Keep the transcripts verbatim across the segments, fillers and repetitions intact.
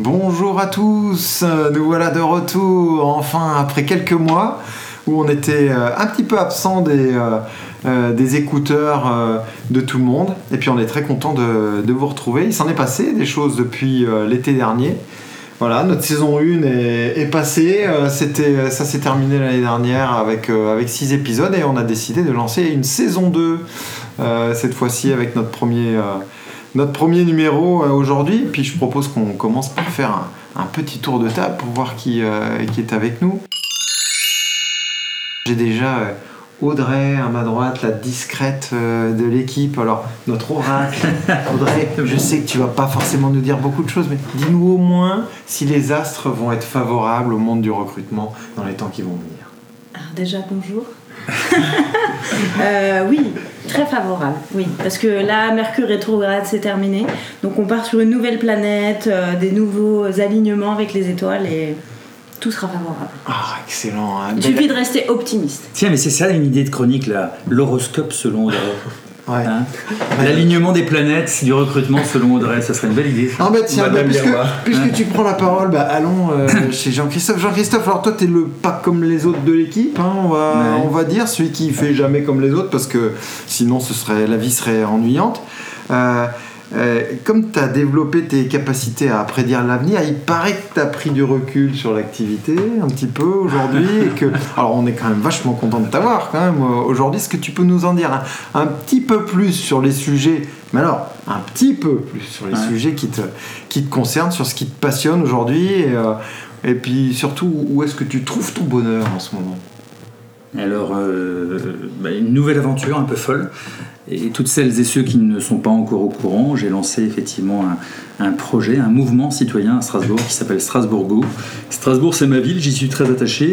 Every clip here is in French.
Bonjour à tous, nous voilà de retour, enfin après quelques mois où on était un petit peu absent des, euh, euh, des écouteurs euh, de tout le monde. Et puis on est très content de, de vous retrouver. Il s'en est passé des choses depuis euh, l'été dernier. Voilà, notre saison un est, est passée, euh, c'était, ça s'est terminé l'année dernière avec, euh, avec six épisodes et on a décidé de lancer une saison deux, euh, cette fois-ci avec notre premier... Euh, Notre premier numéro euh, aujourd'hui, puis je propose qu'on commence par faire un, un petit tour de table pour voir qui, euh, qui est avec nous. J'ai déjà euh, Audrey à ma droite, la discrète euh, de l'équipe, alors notre oracle. Audrey, je sais que tu vas pas forcément nous dire beaucoup de choses, mais dis-nous au moins si les astres vont être favorables au monde du recrutement dans les temps qui vont venir. Alors déjà, bonjour. euh, oui, très favorable, oui, parce que là, Mercure rétrograde, c'est terminé, donc on part sur une nouvelle planète, euh, des nouveaux alignements avec les étoiles et tout sera favorable. Ah, excellent. Hein. Il suffit de rester optimiste. Tiens, mais c'est ça une idée de chronique là, l'horoscope selon Audrey. Ouais. Hein, l'alignement des planètes du recrutement selon Audrey, ça serait une belle idée. Ça. Ah bah tiens, bah, puisque, puisque hein. tu prends la parole, bah allons euh, chez Jean-Christophe. Jean-Christophe, alors toi t'es le pas comme les autres de l'équipe, hein, on, va, ouais. on va dire, celui qui fait jamais comme les autres, parce que sinon ce serait, la vie serait ennuyante. Euh, euh, comme tu as développé tes capacités à prédire l'avenir, il paraît que tu as pris du recul sur l'activité un petit peu aujourd'hui. Et que, alors on est quand même vachement content de t'avoir quand même aujourd'hui. Est-ce que tu peux nous en dire un, un petit peu plus sur les sujets, mais alors un petit peu plus sur les ouais. sujets qui te, qui te concernent, sur ce qui te passionne aujourd'hui et, euh, et puis surtout où est-ce que tu trouves ton bonheur en ce moment? Alors, euh, bah, une nouvelle aventure un peu folle. Et toutes celles et ceux qui ne sont pas encore au courant, j'ai lancé effectivement un, un projet, un mouvement citoyen à Strasbourg qui s'appelle Strasbourgo. Strasbourg, c'est ma ville, j'y suis très attaché.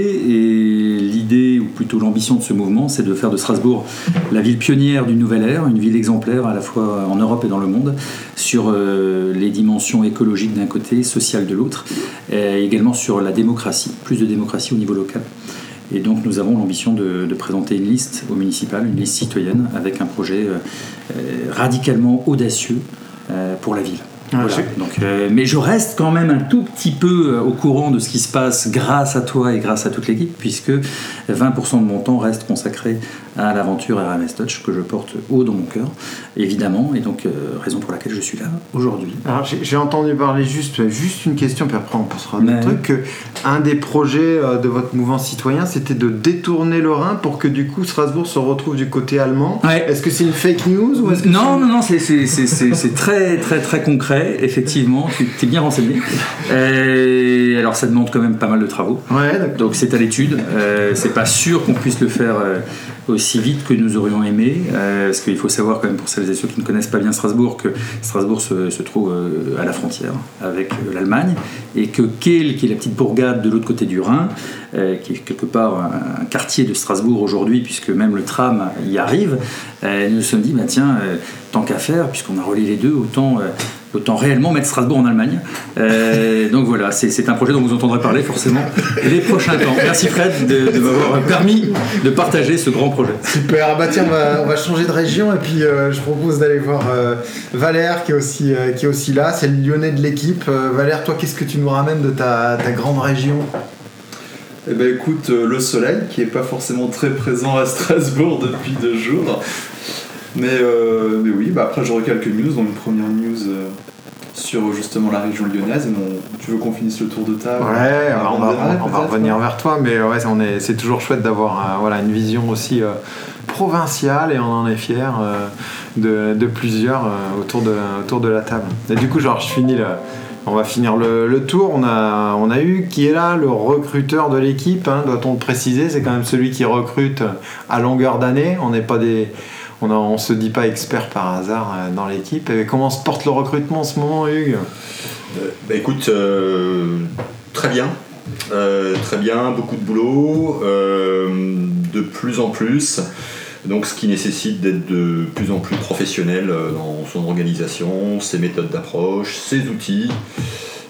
Et l'idée, ou plutôt l'ambition de ce mouvement, c'est de faire de Strasbourg la ville pionnière d'une nouvelle ère, une ville exemplaire à la fois en Europe et dans le monde, sur euh, les dimensions écologiques d'un côté, sociales de l'autre, et également sur la démocratie, plus de démocratie au niveau local. Et donc nous avons l'ambition de, de présenter une liste au municipal, une liste citoyenne, avec un projet euh, radicalement audacieux euh, pour la ville. Ah, voilà. Donc, euh, mais je reste quand même un tout petit peu au courant de ce qui se passe grâce à toi et grâce à toute l'équipe, puisque vingt pour cent de mon temps reste consacré à l'aventure R M S Touch que je porte haut dans mon cœur, évidemment, et donc euh, raison pour laquelle je suis là aujourd'hui. Alors j'ai, j'ai entendu parler juste, juste une question, puis après on passera à Mais... d'autres trucs, que un des projets de votre mouvement citoyen, c'était de détourner le Rhin pour que du coup Strasbourg se retrouve du côté allemand. Ouais. Est-ce que c'est une fake news ou est-ce que non, c'est... non, non, c'est, c'est, c'est, c'est, c'est très, très, très concret, effectivement, tu es bien renseigné. Et alors ça demande quand même pas mal de travaux. Ouais, d'accord. Donc c'est à l'étude, euh, c'est pas sûr qu'on puisse le faire euh, aussi vite que nous aurions aimé, euh, parce qu'il faut savoir quand même pour celles et ceux qui ne connaissent pas bien Strasbourg que Strasbourg se, se trouve euh, à la frontière avec euh, l'Allemagne, et que Kehl, qui est la petite bourgade de l'autre côté du Rhin, euh, qui est quelque part un, un quartier de Strasbourg aujourd'hui, puisque même le tram y arrive, euh, nous nous sommes dit, bah, tiens, euh, tant qu'à faire, puisqu'on a relié les deux, autant... Euh, autant réellement mettre Strasbourg en Allemagne. Euh, donc voilà, c'est, c'est un projet dont vous entendrez parler forcément les prochains temps. Merci Fred de, de m'avoir permis de partager ce grand projet. Super, bah tiens, on va, on va changer de région et puis euh, je propose d'aller voir euh, Valère qui est, aussi, euh, qui est aussi là, c'est le Lyonnais de l'équipe. Euh, Valère, toi, qu'est-ce que tu nous ramènes de ta, ta grande région ? Eh ben écoute, euh, le soleil qui est pas forcément très présent à Strasbourg depuis deux jours. Mais, euh, mais oui, bah après j'aurai quelques news, dont une première news euh, sur justement la région lyonnaise. Mais on, tu veux qu'on finisse le tour de table? Ouais, on, on, va, démarrer, on va revenir ouais. vers toi, mais ouais, on est, c'est toujours chouette d'avoir euh, voilà, une vision aussi euh, provinciale, et on en est fiers euh, de, de plusieurs euh, autour, de, autour de la table. Et du coup, genre, je finis le... On va finir le, le tour. On a, on a eu qui est là, le recruteur de l'équipe, hein, doit-on le préciser, c'est quand même celui qui recrute à longueur d'année. On n'est pas des... On ne se dit pas expert par hasard euh, dans l'équipe. Et comment se porte le recrutement en ce moment, Hugues ? euh, bah Écoute, euh, très bien. Euh, très bien, beaucoup de boulot, euh, de plus en plus. Donc, ce qui nécessite d'être de plus en plus professionnel dans son organisation, ses méthodes d'approche, ses outils.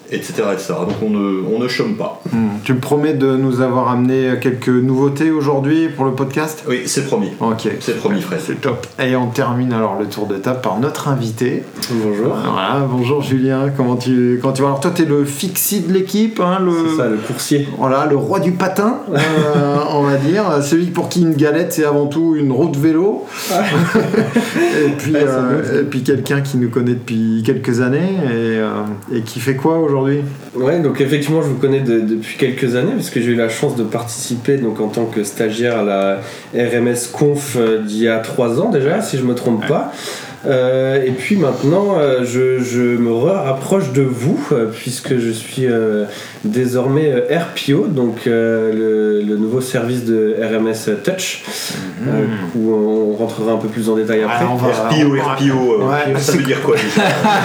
et cetera, et cetera. Donc on ne, on ne chôme pas. Mmh. Tu me promets de nous avoir amené quelques nouveautés aujourd'hui pour le podcast ? Oui, c'est promis. Ok. C'est promis, Fred. C'est top. Et on termine alors le tour de table par notre invité. Bonjour. Voilà, bonjour Julien, comment tu, comment tu vas ? Alors toi, tu es le fixie de l'équipe, hein, le... C'est ça, le coursier. Voilà, le roi du patin, euh, on va dire. Celui pour qui une galette, c'est avant tout une roue de vélo. et, puis, ouais, euh, et puis quelqu'un qui nous connaît depuis quelques années et, euh, et qui fait quoi aujourd'hui ? Ouais, donc effectivement, je vous connais de, depuis quelques années parce que j'ai eu la chance de participer donc, en tant que stagiaire à la R M S Conf euh, d'il y a trois ans déjà, si je me trompe pas. Euh, et puis maintenant, euh, je, je me rapproche de vous euh, puisque je suis euh, désormais euh, R P O, donc euh, le, le nouveau service de R M S Touch, mmh. euh, où on rentrera un peu plus en détail après. Ah, on va, R P O, R P O, ouais, ça veut dire quoi déjà?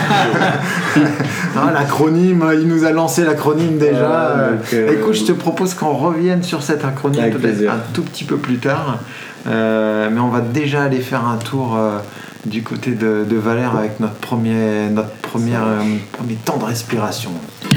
Ah, l'acronyme, il nous a lancé l'acronyme déjà. Euh, donc, euh, Écoute, je te propose qu'on revienne sur cet acronyme avec peut-être plaisir. un tout petit peu plus tard, euh, mais on va déjà aller faire un tour. Euh, du côté de, de Valère avec notre premier, notre première, euh, premier temps de respiration.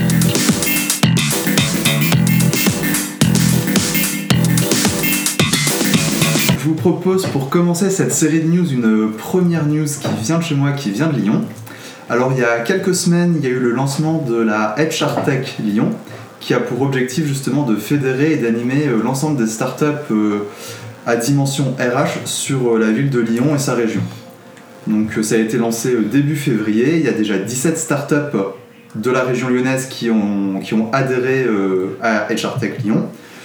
Je vous propose pour commencer cette série de news une première news qui vient de chez moi, qui vient de Lyon. Alors il y a quelques semaines, il y a eu le lancement de la H R Tech Lyon qui a pour objectif justement de fédérer et d'animer l'ensemble des startups à dimension R H sur la ville de Lyon et sa région. Donc ça a été lancé début février, il y a déjà dix-sept startups de la région lyonnaise qui ont, qui ont adhéré à H R Tech Lyon,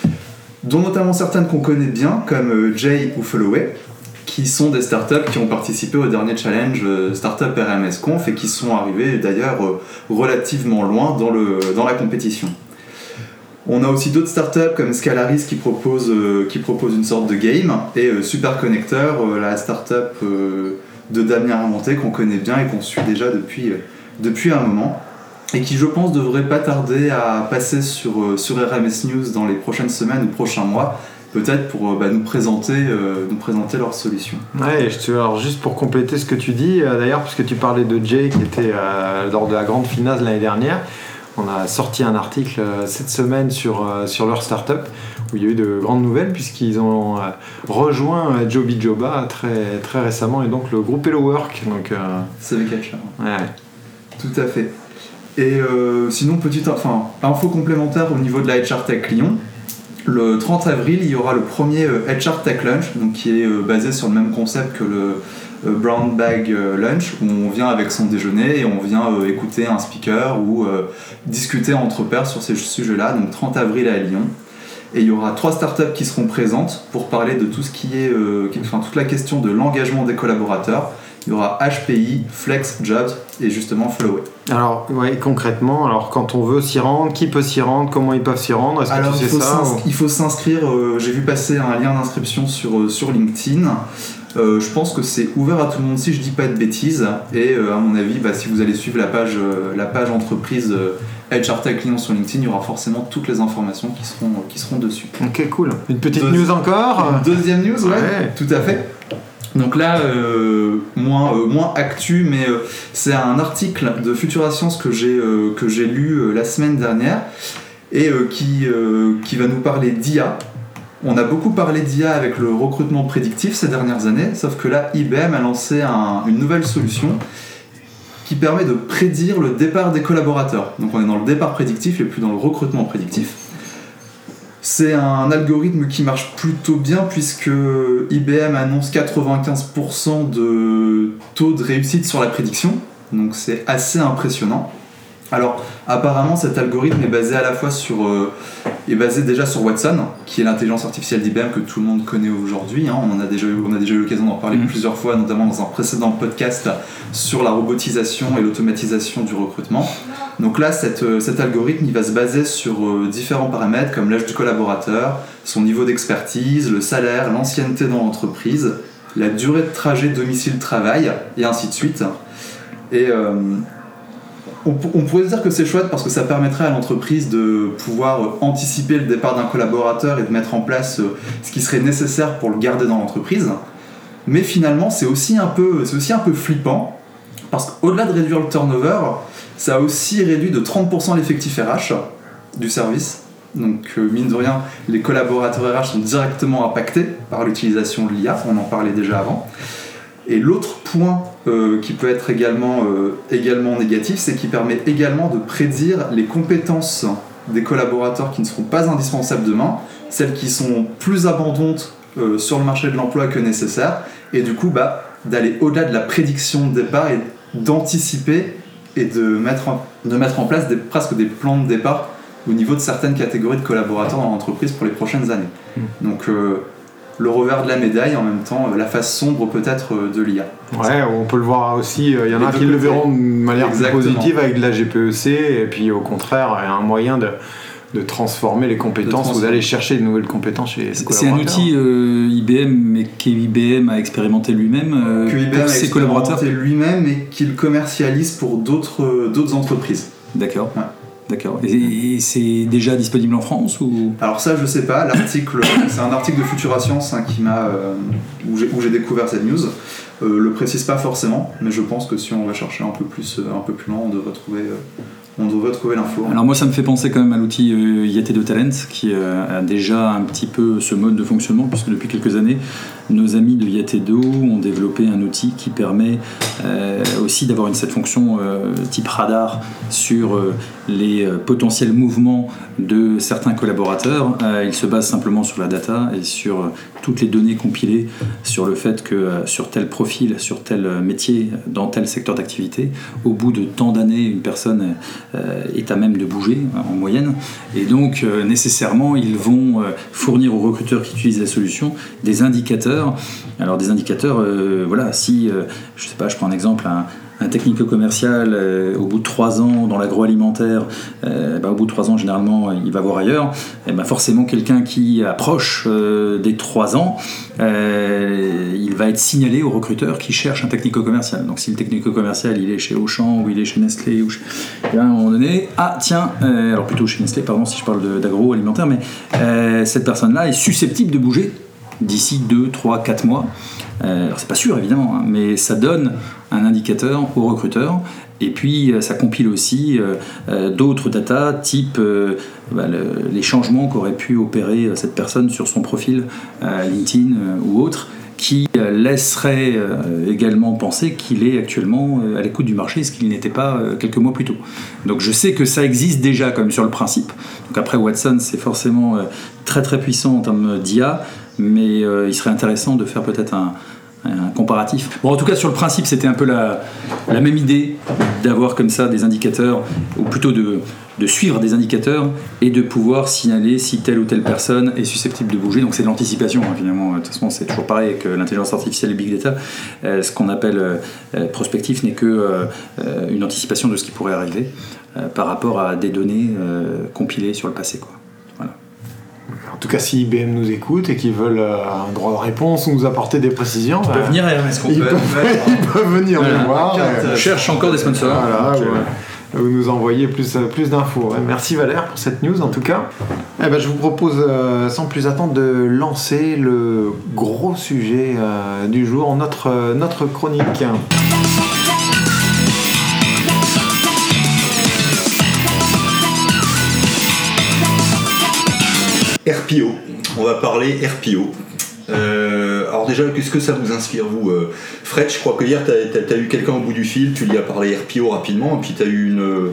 dont notamment certaines qu'on connaît bien, comme Jay ou Followay, qui sont des startups qui ont participé au dernier challenge Startup R M S Conf et qui sont arrivés d'ailleurs relativement loin dans, le, dans la compétition. On a aussi d'autres startups comme Scalaris qui propose, euh, qui propose une sorte de game, et euh, Superconnecteur, euh, la startup euh, de Damien Armenté qu'on connaît bien et qu'on suit déjà depuis, euh, depuis un moment, et qui je pense devrait pas tarder à passer sur, euh, sur R M S News dans les prochaines semaines ou prochains mois, peut-être pour euh, bah, nous, présenter, euh, nous présenter leurs solutions. Ouais, je te, alors juste pour compléter ce que tu dis, euh, d'ailleurs, puisque tu parlais de Jay qui était euh, lors de la grande finale l'année dernière, on a sorti un article euh, cette semaine sur, euh, sur leur startup où il y a eu de grandes nouvelles puisqu'ils ont euh, rejoint euh, Joby Joba très, très récemment et donc le groupe Hello Work. Donc, euh... C V Catcher. Ouais. Tout à fait. Et euh, sinon, petite enfin, info complémentaire au niveau de la H R Tech Lyon. Le trente avril, il y aura le premier euh, H R Tech Lunch, donc qui est euh, basé sur le même concept que le euh, Brown Bag euh, Lunch, où on vient avec son déjeuner et on vient euh, écouter un speaker ou euh, discuter entre pairs sur ces sujets-là, donc trente avril à Lyon. Et il y aura trois startups qui seront présentes pour parler de tout ce qui est, euh, enfin, toute la question de l'engagement des collaborateurs. Il y aura H P I, Flex Jobs et justement Flowway. Alors, ouais, concrètement, alors quand on veut s'y rendre, qui peut s'y rendre, comment ils peuvent s'y rendre, est-ce que alors, tu il sais faut ça s'ins- ou... Il faut s'inscrire, euh, j'ai vu passer un lien d'inscription sur, euh, sur LinkedIn. Euh, je pense que c'est ouvert à tout le monde si je dis pas de bêtises. Et euh, à mon avis, bah, si vous allez suivre la page, euh, la page entreprise euh, H R Tech Lyon sur LinkedIn, il y aura forcément toutes les informations qui seront, euh, qui seront dessus. Ok, cool. Une petite Deux- news encore Une deuxième news, ouais, Ouais. tout à fait. Donc là, euh, moins, euh, moins actu, mais euh, c'est un article de Futura Science que j'ai, euh, que j'ai lu euh, la semaine dernière et euh, qui, euh, qui va nous parler d'I A. On a beaucoup parlé d'I A avec le recrutement prédictif ces dernières années, sauf que là, I B M a lancé un- une nouvelle solution qui permet de prédire le départ des collaborateurs. Donc on est dans le départ prédictif et plus dans le recrutement prédictif. C'est un algorithme qui marche plutôt bien puisque I B M annonce quatre-vingt-quinze pour cent de taux de réussite sur la prédiction, donc c'est assez impressionnant. Alors apparemment cet algorithme est basé à la fois sur euh, est basé déjà sur Watson, qui est l'intelligence artificielle d'I B M que tout le monde connaît aujourd'hui, hein. on en a déjà eu, on a déjà eu l'occasion d'en parler Mmh. plusieurs fois, notamment dans un précédent podcast sur la robotisation et l'automatisation du recrutement. Donc là, cette, euh, cet algorithme, il va se baser sur euh, différents paramètres comme l'âge du collaborateur, son niveau d'expertise, le salaire, l'ancienneté dans l'entreprise, la durée de trajet domicile-travail, et ainsi de suite. Et euh, on, on pourrait se dire que c'est chouette parce que ça permettrait à l'entreprise de pouvoir euh, anticiper le départ d'un collaborateur et de mettre en place euh, ce qui serait nécessaire pour le garder dans l'entreprise. Mais finalement, c'est aussi un peu, c'est aussi un peu flippant parce qu'au-delà de réduire le turnover, ça a aussi réduit de trente pour cent l'effectif R H du service. Donc euh, mine de rien, les collaborateurs R H sont directement impactés par l'utilisation de l'I A, on en parlait déjà avant. Et l'autre point euh, qui peut être également, euh, également négatif, c'est qu'il permet également de prédire les compétences des collaborateurs qui ne seront pas indispensables demain, celles qui sont plus abondantes euh, sur le marché de l'emploi que nécessaire, et du coup bah, d'aller au-delà de la prédiction de départ et d'anticiper et de mettre en, de mettre en place des, presque des plans de départ au niveau de certaines catégories de collaborateurs dans l'entreprise pour les prochaines années. Mmh. Donc euh, le revers de la médaille, en même temps la face sombre peut-être de l'I A. Ouais, on peut le voir aussi, il y en a qui le verront de manière plus positive avec de la G P E C, et puis au contraire, il y a un moyen de, de transformer les compétences, ou d'aller chercher de nouvelles compétences chez les collaborateurs. C'est un outil euh, I B M, mais qu'I B M a expérimenté lui-même euh, que I B M pour a ses collaborateurs lui-même et qu'il commercialise pour d'autres, euh, d'autres entreprises. D'accord. Ouais. D'accord. Et, et c'est déjà disponible en France ou... Alors ça, je sais pas. L'article, c'est un article de Futura Science hein, qui m'a, euh, où, j'ai, où j'ai découvert cette news. Euh, le précise pas forcément, mais je pense que si on va chercher un peu plus, un peu plus loin, on devrait trouver, euh, on devrait trouver l'info. Alors moi, ça me fait penser quand même à l'outil euh, I A T deux Talent, qui euh, a déjà un petit peu ce mode de fonctionnement, puisque depuis quelques années, nos amis de I A T deux ont développé un outil qui permet euh, aussi d'avoir une, cette fonction euh, type radar sur euh, les euh, potentiels mouvements de certains collaborateurs. Euh, il se base simplement sur la data et sur euh, toutes les données compilées sur le fait que euh, sur tel profil, sur tel métier, dans tel secteur d'activité, au bout de tant d'années, une personne euh, est à même de bouger en moyenne. Et donc, euh, nécessairement, ils vont euh, fournir aux recruteurs qui utilisent la solution des indicateurs. Alors des indicateurs, euh, voilà, si, euh, je sais pas, je prends un exemple, un, un technico-commercial, euh, au bout de trois ans dans l'agroalimentaire, euh, bah, au bout de trois ans, généralement, il va voir ailleurs, et bah, forcément, quelqu'un qui approche euh, des trois ans, euh, il va être signalé au recruteur qui cherche un technico-commercial. Donc si le technico-commercial, il est chez Auchan, ou il est chez Nestlé, ou chez... Et à un moment donné, ah tiens, euh, alors plutôt chez Nestlé, pardon, si je parle de, d'agroalimentaire, mais euh, cette personne-là est susceptible de bouger d'ici deux, trois, quatre mois. Euh, alors c'est pas sûr évidemment, hein, mais ça donne un indicateur au recruteur, et puis ça compile aussi euh, euh, d'autres data type euh, bah, le, les changements qu'aurait pu opérer cette personne sur son profil euh, LinkedIn euh, ou autre, qui euh, laisserait euh, également penser qu'il est actuellement euh, à l'écoute du marché, ce qu'il n'était pas euh, quelques mois plus tôt. Donc je sais que ça existe déjà quand même sur le principe. Donc après Watson, c'est forcément euh, très très puissant en termes d'I A, mais euh, il serait intéressant de faire peut-être un, un comparatif. Bon, en tout cas, sur le principe, c'était un peu la, la même idée d'avoir comme ça des indicateurs, ou plutôt de, de suivre des indicateurs et de pouvoir signaler si telle ou telle personne est susceptible de bouger. Donc c'est de l'anticipation, hein, finalement. De toute façon, c'est toujours pareil avec l'intelligence artificielle et Big Data. Euh, ce qu'on appelle euh, prospectif n'est que euh, une anticipation de ce qui pourrait arriver euh, par rapport à des données euh, compilées sur le passé, quoi. En tout cas, si I B M nous écoute et qu'ils veulent euh, un droit de réponse ou nous apporter des précisions, ils peuvent venir à R M S. Ils, peuvent, ils peuvent venir voilà. nous voir. On cherche encore des sponsors. Voilà, donc, ouais. Vous nous envoyez plus, plus d'infos. Ouais. Merci Valère pour cette news en tout cas. Eh ben, je vous propose euh, sans plus attendre de lancer le gros sujet euh, du jour, notre, notre chronique. R P O, on va parler R P O. Euh, alors déjà, qu'est-ce que ça vous inspire, vous euh, Fred, je crois que hier, tu as eu quelqu'un au bout du fil, tu lui as parlé R P O rapidement, et puis tu as eu une,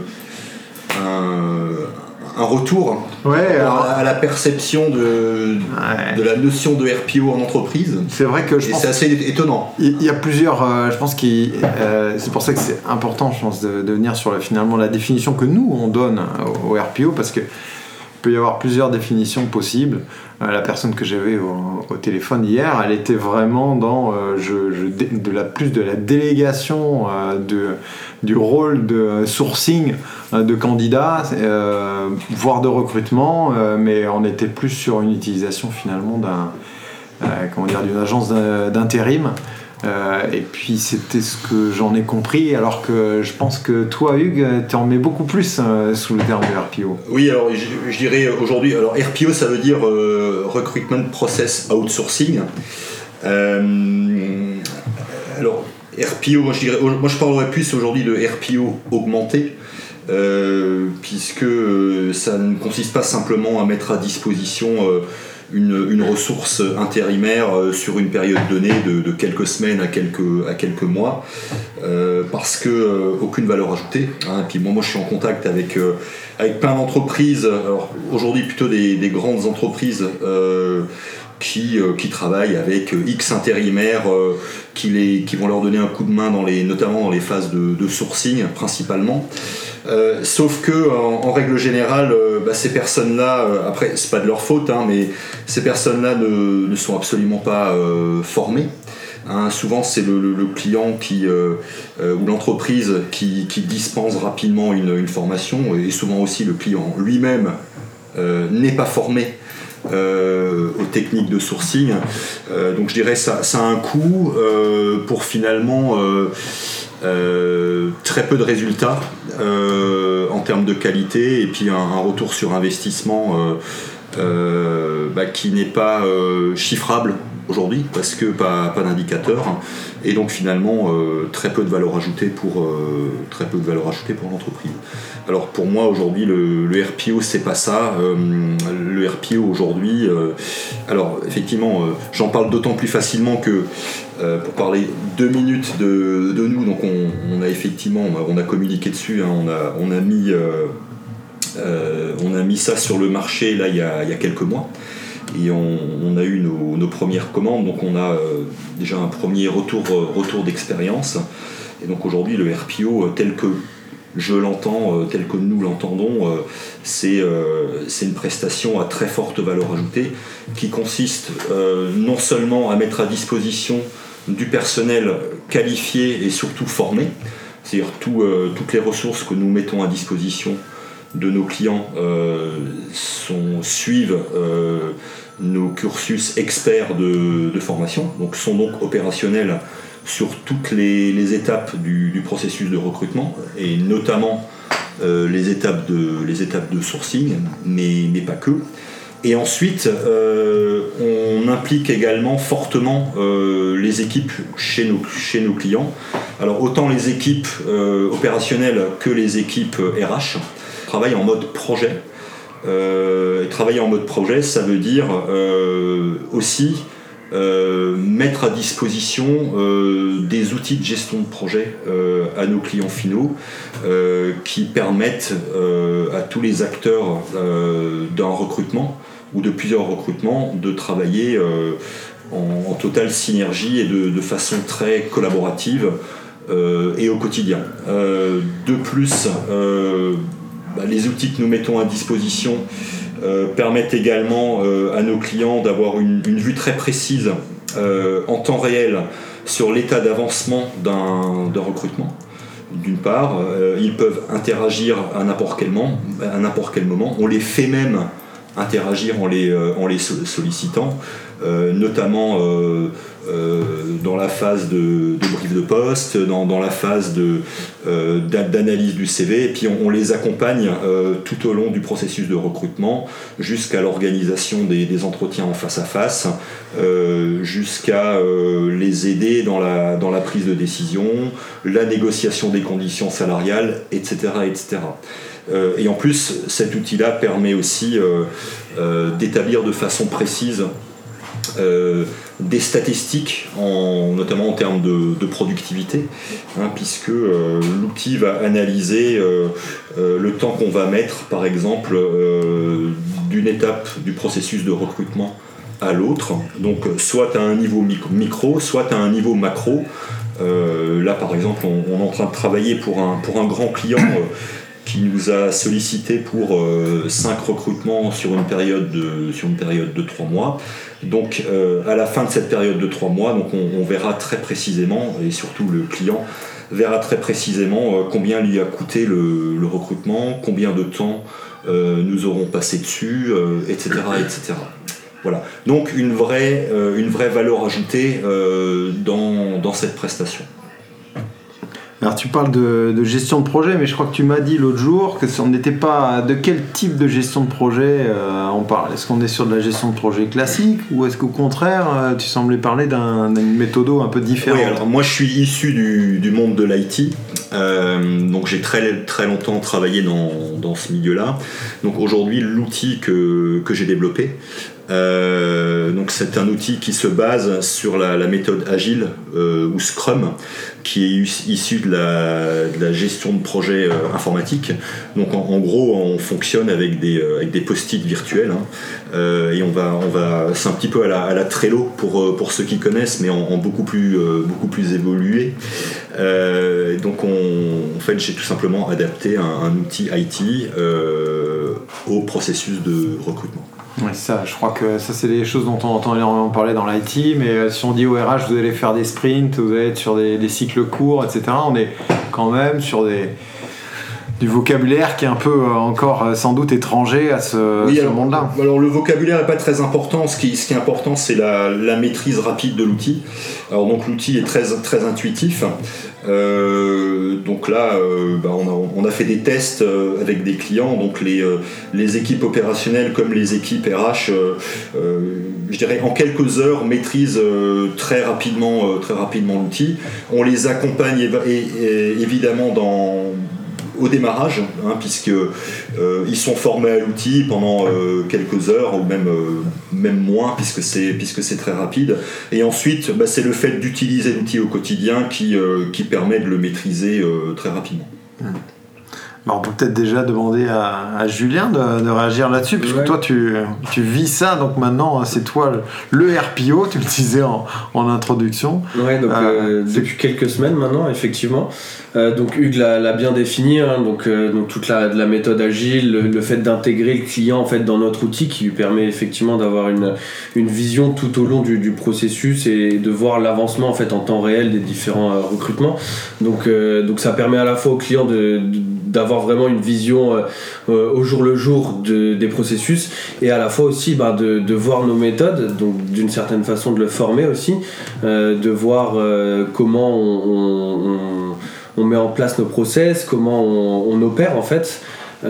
un, un retour ouais, alors... à la perception de, ouais. de la notion de R P O en entreprise. C'est vrai que je et pense c'est assez étonnant. Il y a plusieurs, euh, je pense que euh, c'est pour ça que c'est important, je pense, de, de venir sur le, finalement la définition que nous, on donne au, au R P O, parce que il peut y avoir plusieurs définitions possibles. Euh, la personne que j'avais au, au téléphone hier, elle était vraiment dans euh, je, je, de la, plus de la délégation euh, de, du rôle de sourcing euh, de candidats, euh, voire de recrutement, euh, mais on était plus sur une utilisation finalement d'un, euh, comment dire, d'une agence d'intérim. Euh, et puis c'était ce que j'en ai compris, alors que je pense que toi Hugues tu en mets beaucoup plus euh, sous le terme de R P O. Oui, alors je, je dirais aujourd'hui, alors R P O ça veut dire euh, Recruitment Process Outsourcing. Euh, alors R P O, je dirais, moi je parlerais plus aujourd'hui de R P O augmenté, euh, puisque euh, ça ne consiste pas simplement à mettre à disposition euh, une, une ressource intérimaire euh, sur une période donnée de, de quelques semaines à quelques, à quelques mois, euh, parce que euh, aucune valeur ajoutée. Hein. Et puis moi, moi je suis en contact avec, euh, avec plein d'entreprises, alors aujourd'hui plutôt des, des grandes entreprises, euh, Qui, euh, qui travaillent avec euh, X intérimaires euh, qui, les, qui vont leur donner un coup de main dans les, notamment dans les phases de, de sourcing principalement. Euh, sauf que en, en règle générale, euh, bah, ces personnes-là, euh, après c'est pas de leur faute, hein, mais ces personnes-là ne, ne sont absolument pas euh, formées. Hein, souvent c'est le, le, le client qui, euh, euh, ou l'entreprise qui, qui dispense rapidement une, une formation, et souvent aussi le client lui-même euh, n'est pas formé Euh, aux techniques de sourcing, euh, donc je dirais ça, ça a un coût euh, pour finalement euh, euh, très peu de résultats euh, en termes de qualité, et puis un, un retour sur investissement euh, euh, bah, qui n'est pas euh, chiffrable aujourd'hui parce que pas, pas d'indicateur, et donc finalement euh, très peu de valeur ajoutée pour euh, très peu de valeur ajoutée pour l'entreprise. Alors pour moi aujourd'hui le, le R P O c'est pas ça. Euh, le R P O aujourd'hui, euh, alors effectivement euh, j'en parle d'autant plus facilement que euh, pour parler deux minutes de, de nous, donc on, on a effectivement on a communiqué dessus, hein, on a on a mis euh, euh, on a mis ça sur le marché là il y a, il y a quelques mois. Et on, on a eu nos, nos premières commandes, donc on a euh, déjà un premier retour, euh, retour d'expérience. Et donc aujourd'hui, le R P O, euh, tel que je l'entends, euh, tel que nous l'entendons, euh, c'est, euh, c'est une prestation à très forte valeur ajoutée qui consiste euh, non seulement à mettre à disposition du personnel qualifié et surtout formé, c'est-à-dire tout, euh, toutes les ressources que nous mettons à disposition de nos clients euh, sont, suivent euh, nos cursus experts de, de formation, donc sont donc opérationnels sur toutes les, les étapes du, du processus de recrutement, et notamment euh, les, étapes de, les étapes de sourcing, mais, mais pas que. Et ensuite, euh, on implique également fortement euh, les équipes chez nos, chez nos clients. Alors autant les équipes euh, opérationnelles que les équipes R H travaillent en mode projet. Euh, et travailler en mode projet, ça veut dire euh, aussi euh, mettre à disposition euh, des outils de gestion de projet euh, à nos clients finaux euh, qui permettent euh, à tous les acteurs euh, d'un recrutement ou de plusieurs recrutements de travailler euh, en, en totale synergie et de, de façon très collaborative euh, et au quotidien. Euh, de plus, euh, bah, les outils que nous mettons à disposition euh, permettent également euh, à nos clients d'avoir une, une vue très précise euh, en temps réel sur l'état d'avancement d'un, d'un recrutement. D'une part, euh, ils peuvent interagir à n'importe quel moment, à n'importe quel moment. On les fait même interagir en les, euh, en les sollicitant, euh, notamment euh, euh, dans la phase de, de brief de poste, dans, dans la phase de, euh, d'analyse du C V, et puis on, on les accompagne euh, tout au long du processus de recrutement, jusqu'à l'organisation des, des entretiens en face à face, euh, jusqu'à euh, les aider dans la, dans la prise de décision, la négociation des conditions salariales, et cetera, et cetera. Euh, et en plus, cet outil-là permet aussi euh, euh, d'établir de façon précise euh, des statistiques, en, notamment en termes de, de productivité, hein, puisque euh, l'outil va analyser euh, euh, le temps qu'on va mettre, par exemple, euh, d'une étape du processus de recrutement à l'autre, donc soit à un niveau micro, soit à un niveau macro. Euh, là, par exemple, on, on est en train de travailler pour un, pour un grand client euh, qui nous a sollicité pour euh, cinq recrutements sur une période de, sur une période de trois mois. Donc euh, à la fin de cette période de trois mois, donc on, on verra très précisément, et surtout le client verra très précisément euh, combien lui a coûté le, le recrutement, combien de temps euh, nous aurons passé dessus, euh, et cetera, et cetera. Voilà. Donc une vraie, euh, une vraie valeur ajoutée euh, dans, dans cette prestation. Alors tu parles de, de gestion de projet, mais je crois que tu m'as dit l'autre jour que on n'était pas... De quel type de gestion de projet euh, on parle? Est-ce qu'on est sur de la gestion de projet classique ou est-ce qu'au contraire euh, tu semblais parler d'un, d'une méthode un peu différente? Oui, alors moi je suis issu du, du monde de l'I T, euh, donc j'ai très, très longtemps travaillé dans, dans ce milieu-là. Donc aujourd'hui l'outil que, que j'ai développé, Euh, donc c'est un outil qui se base sur la, la méthode agile euh, ou Scrum, qui est issu de la, de la gestion de projet euh, informatique. Donc en, en gros on fonctionne avec des, euh, avec des post-it virtuels, hein, euh, et on va, on va, c'est un petit peu à la, à la Trello pour, pour ceux qui connaissent, mais en, en beaucoup, plus, euh, beaucoup plus évolué. Euh, donc on, en fait j'ai tout simplement adapté un, un outil I T euh, au processus de recrutement. Oui, ça, je crois que ça, c'est des choses dont on entend énormément parler dans l'I T, mais euh, si on dit au R H, vous allez faire des sprints, vous allez être sur des, des cycles courts, et cetera, on est quand même sur des, du vocabulaire qui est un peu euh, encore euh, sans doute étranger à ce, oui, ce alors, monde-là. Alors le vocabulaire n'est pas très important, ce qui, ce qui est important c'est la, la maîtrise rapide de l'outil. Alors donc l'outil est très, très intuitif. Euh, donc là, euh, bah on, a, on a fait des tests euh, avec des clients, donc les, euh, les équipes opérationnelles comme les équipes R H, euh, euh, je dirais en quelques heures maîtrisent euh, très rapidement, euh, très rapidement l'outil. On les accompagne év- et, et, évidemment dans au démarrage, hein, puisque euh, ils sont formés à l'outil pendant euh, quelques heures ou même euh, même moins, puisque c'est puisque c'est très rapide. Et ensuite, bah, c'est le fait d'utiliser l'outil au quotidien qui euh, qui permet de le maîtriser euh, très rapidement. Mmh. Bah, on peut peut-être déjà demander à, à Julien de, de réagir là-dessus, puisque ouais. toi tu, tu vis ça, donc maintenant c'est toi le, le R P O, tu le disais en, en introduction. Ouais, donc euh, euh, depuis quelques semaines maintenant, effectivement. Euh, donc Hugues l'a, l'a bien défini, hein, donc, euh, donc toute la, de la méthode agile, le, le fait d'intégrer le client en fait, dans notre outil qui lui permet effectivement d'avoir une, une vision tout au long du, du processus et de voir l'avancement en, fait, en temps réel des différents euh, recrutements. Donc, euh, donc ça permet à la fois au client de, de, d'avoir vraiment une vision euh, euh, au jour le jour de, des processus et à la fois aussi bah, de, de voir nos méthodes, donc d'une certaine façon de le former aussi, euh, de voir euh, comment on, on, on on met en place nos process, comment on, on opère en fait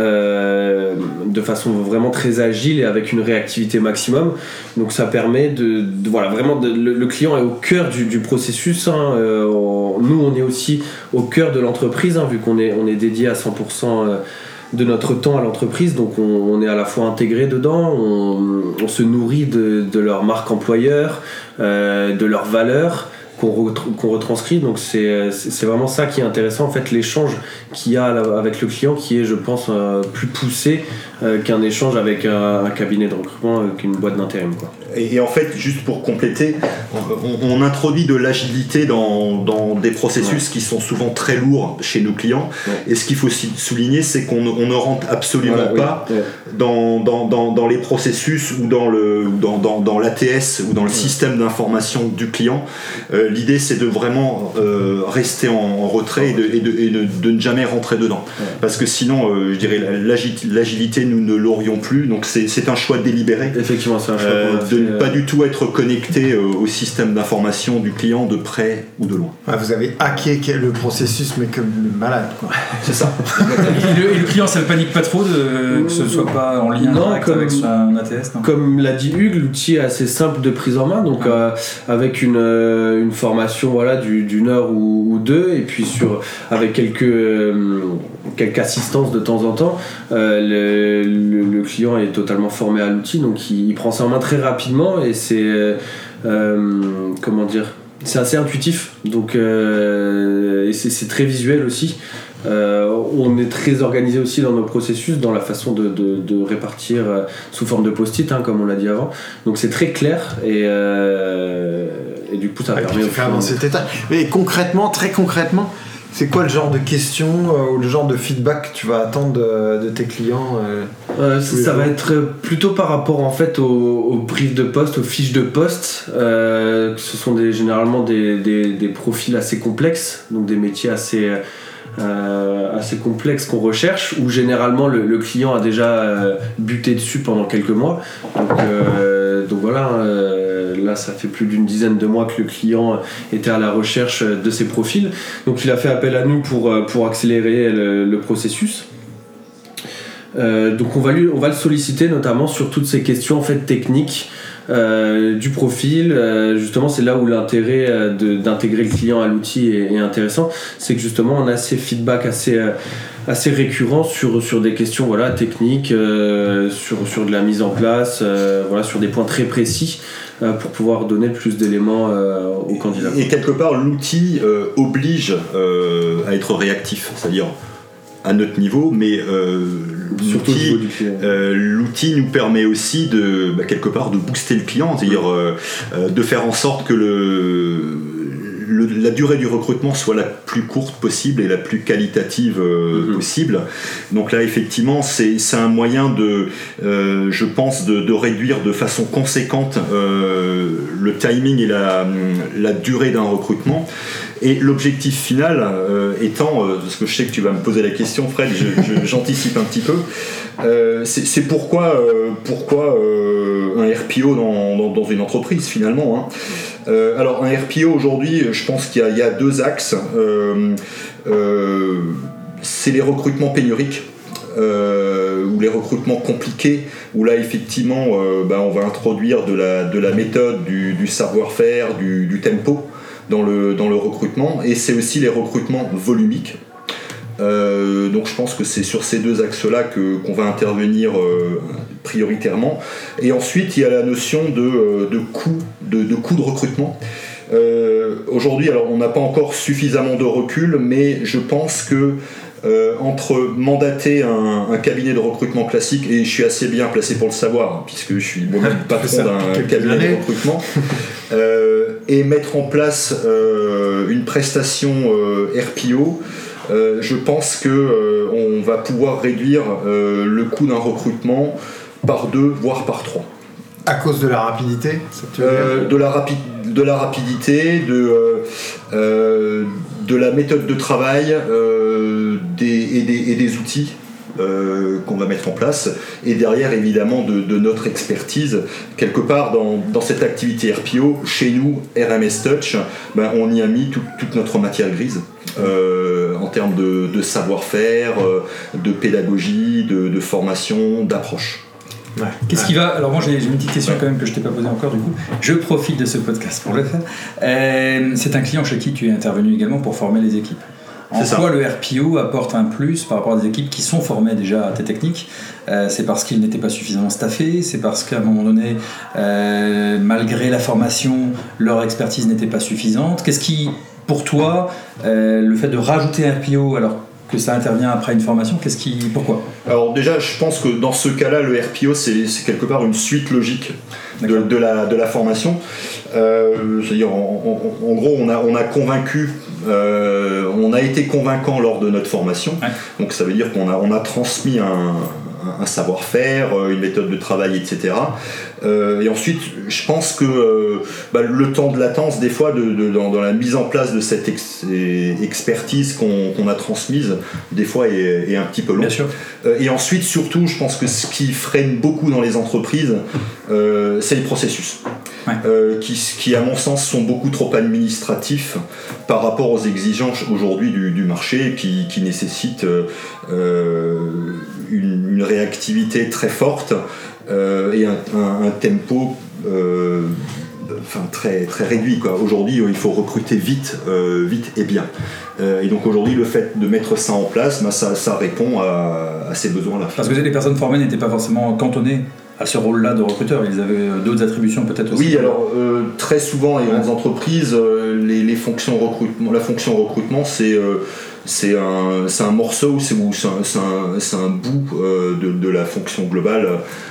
euh, de façon vraiment très agile et avec une réactivité maximum. Donc ça permet de, de voilà vraiment de, le, le client est au cœur du, du processus, hein. euh, on, nous on est aussi au cœur de l'entreprise, hein, vu qu'on est, on est dédié à cent pour cent de notre temps à l'entreprise, donc on, on est à la fois intégré dedans, on, on se nourrit de, de leur marque employeur, euh, de leurs valeurs qu'on, re, qu'on retranscrit, donc c'est, c'est vraiment ça qui est intéressant en fait, l'échange qu'il y a avec le client qui est je pense euh, plus poussé euh, qu'un échange avec un, un cabinet de recrutement, avec une boîte d'intérim quoi. Et, et en fait juste pour compléter, on, on introduit de l'agilité dans, dans des processus ouais. qui sont souvent très lourds chez nos clients ouais. et ce qu'il faut souligner c'est qu'on on ne rentre absolument voilà, pas oui. ouais. dans, dans, dans, dans les processus ou dans, le, dans, dans, dans l'A T S ou dans le ouais. système d'information du client. Euh, l'idée c'est de vraiment euh, rester en, en retrait et, de, et, de, et de, de ne jamais rentrer dedans ouais. parce que sinon euh, je dirais l'agilité nous ne l'aurions plus, donc c'est, c'est un choix délibéré. Effectivement c'est un choix euh, de ne pas du tout être connecté euh, au système d'information du client de près ou de loin. Ah, vous avez hacké le processus mais comme le malade quoi. C'est ça. et, le, et le client ça ne panique pas trop de, que ce soit pas en lien non, direct comme, avec son A T S non. Comme l'a dit Hugues, l'outil est assez simple de prise en main, donc ah. euh, avec une, euh, une formation voilà, du, d'une heure ou, ou deux et puis sur, avec quelques, euh, quelques assistances de temps en temps, euh, le, le, le client est totalement formé à l'outil, donc il, il prend ça en main très rapidement et c'est euh, euh, comment dire, c'est assez intuitif, donc euh, et c'est, c'est très visuel aussi. Euh, on est très organisé aussi dans nos processus, dans la façon de, de, de répartir euh, sous forme de post-it, hein, comme on l'a dit avant. Donc c'est très clair et, euh, et du coup ça ah, permet de faire avancer tes tâches. Mais concrètement, très concrètement, c'est quoi le genre de questions euh, ou le genre de feedback que tu vas attendre de, de tes clients euh, euh, ça, ça va être plutôt par rapport en fait aux, aux briefs de poste, aux fiches de poste. Euh, ce sont des, généralement des, des, des profils assez complexes, donc des métiers assez Euh, assez complexe qu'on recherche, où généralement le, le client a déjà euh, buté dessus pendant quelques mois. Donc, euh, donc voilà, euh, Euh, là, ça fait plus d'une dizaine de mois que le client était à la recherche de ces profils. Donc, il a fait appel à nous pour, pour accélérer le, le processus. Euh, donc, on va, lui, on va le solliciter notamment sur toutes ces questions en fait, techniques. Euh, du profil, euh, justement c'est là où l'intérêt euh, de, d'intégrer le client à l'outil est, est intéressant, c'est que justement on a ces feedbacks assez, euh, assez récurrents sur, sur des questions voilà, techniques, euh, sur, sur de la mise en place, euh, voilà, sur des points très précis euh, pour pouvoir donner plus d'éléments euh, aux candidats. Et quelque part l'outil euh, oblige euh, à être réactif, c'est-à-dire à notre niveau, mais euh, l'outil, euh, l'outil nous permet aussi de bah, quelque part de booster le client, c'est-à-dire euh, euh, de faire en sorte que le, le, la durée du recrutement soit la plus courte possible et la plus qualitative euh, mm-hmm. possible. Donc là, effectivement, c'est, c'est un moyen de, euh, je pense, de, de réduire de façon conséquente euh, le timing et la, la durée d'un recrutement. Et l'objectif final euh, étant, euh, parce que je sais que tu vas me poser la question, Fred, je, je, j'anticipe un petit peu, euh, c'est, c'est pourquoi, euh, pourquoi euh, un R P O dans, dans, dans une entreprise finalement. Hein. Euh, alors un R P O aujourd'hui, je pense qu'il y a, il y a deux axes. Euh, euh, c'est les recrutements pénuriques. Euh, ou les recrutements compliqués, où là effectivement euh, bah, on va introduire de la, de la méthode, du, du savoir-faire, du, du tempo dans le, dans le recrutement, et c'est aussi les recrutements volumiques. Euh, donc je pense que c'est sur ces deux axes-là que, qu'on va intervenir euh, prioritairement. Et ensuite il y a la notion de, de coût de, de, coût de recrutement. Euh, aujourd'hui, alors on n'a pas encore suffisamment de recul, mais je pense que Euh, entre mandater un, un cabinet de recrutement classique, et je suis assez bien placé pour le savoir, hein, puisque je suis moi-même patron d'un cabinet de recrutement, euh, et mettre en place euh, une prestation euh, R P O, euh, je pense que euh, on va pouvoir réduire euh, le coût d'un recrutement par deux, voire par trois. À cause de la rapidité, ça te euh, de, la rapi- de la rapidité, de, euh, euh, de la méthode de travail euh, des, et, des, et des outils euh, qu'on va mettre en place, et derrière évidemment de, de notre expertise. Quelque part dans, dans cette activité R P O, chez nous, R M S Touch, ben, on y a mis tout, toute notre matière grise. Euh, en termes de, de savoir-faire, de pédagogie, de, de formation, d'approche. Ouais. Qu'est-ce qui va... Alors moi j'ai, j'ai une petite question quand même que je t'ai pas posée encore, du coup je profite de ce podcast pour le faire. Euh, c'est un client chez qui tu es intervenu également pour former les équipes. En c'est quoi ça. Le R P O apporte un plus par rapport à des équipes qui sont formées déjà à tes techniques? euh, C'est parce qu'ils n'étaient pas suffisamment staffés? C'est parce qu'à un moment donné, euh, malgré la formation, leur expertise n'était pas suffisante? Qu'est-ce qui, pour toi, euh, le fait de rajouter un R P O alors que ça intervient après une formation, qu'est-ce qui, pourquoi? Alors déjà, je pense que dans ce cas-là, le R P O, c'est, c'est quelque part une suite logique de, de, la, de la formation. Euh, c'est-à-dire, en, en, en gros, on a, on a convaincu, euh, on a été convaincant lors de notre formation. Ouais. Donc ça veut dire qu'on a, on a transmis un, un savoir-faire, une méthode de travail, et cetera. Euh, et ensuite, je pense que euh, bah, le temps de latence, des fois, de, de, dans, dans la mise en place de cette ex- expertise qu'on, qu'on a transmise, des fois est, est un petit peu long. Bien sûr. Euh, et ensuite, surtout, je pense que ce qui freine beaucoup dans les entreprises, euh, c'est les processus. Ouais. Euh, qui, qui, à mon sens, sont beaucoup trop administratifs par rapport aux exigences aujourd'hui du, du marché, qui, qui nécessitent euh, une, une réactivité très forte euh, et un, un, un tempo euh, enfin, très, très réduit, quoi. Aujourd'hui, il faut recruter vite, euh, vite et bien. Euh, et donc aujourd'hui, le fait de mettre ça en place, bah, ça, ça répond à, à ces besoins-là. Parce que les personnes formées n'étaient pas forcément cantonnées à ce rôle-là de recruteur, ils avaient d'autres attributions peut-être aussi. Oui, alors euh, très souvent les grandes entreprises, euh, les, les fonctions recrutement, la fonction recrutement, c'est euh, c'est un c'est un morceau, c'est, c'est, un, c'est, un, c'est un bout euh, de, de la fonction globale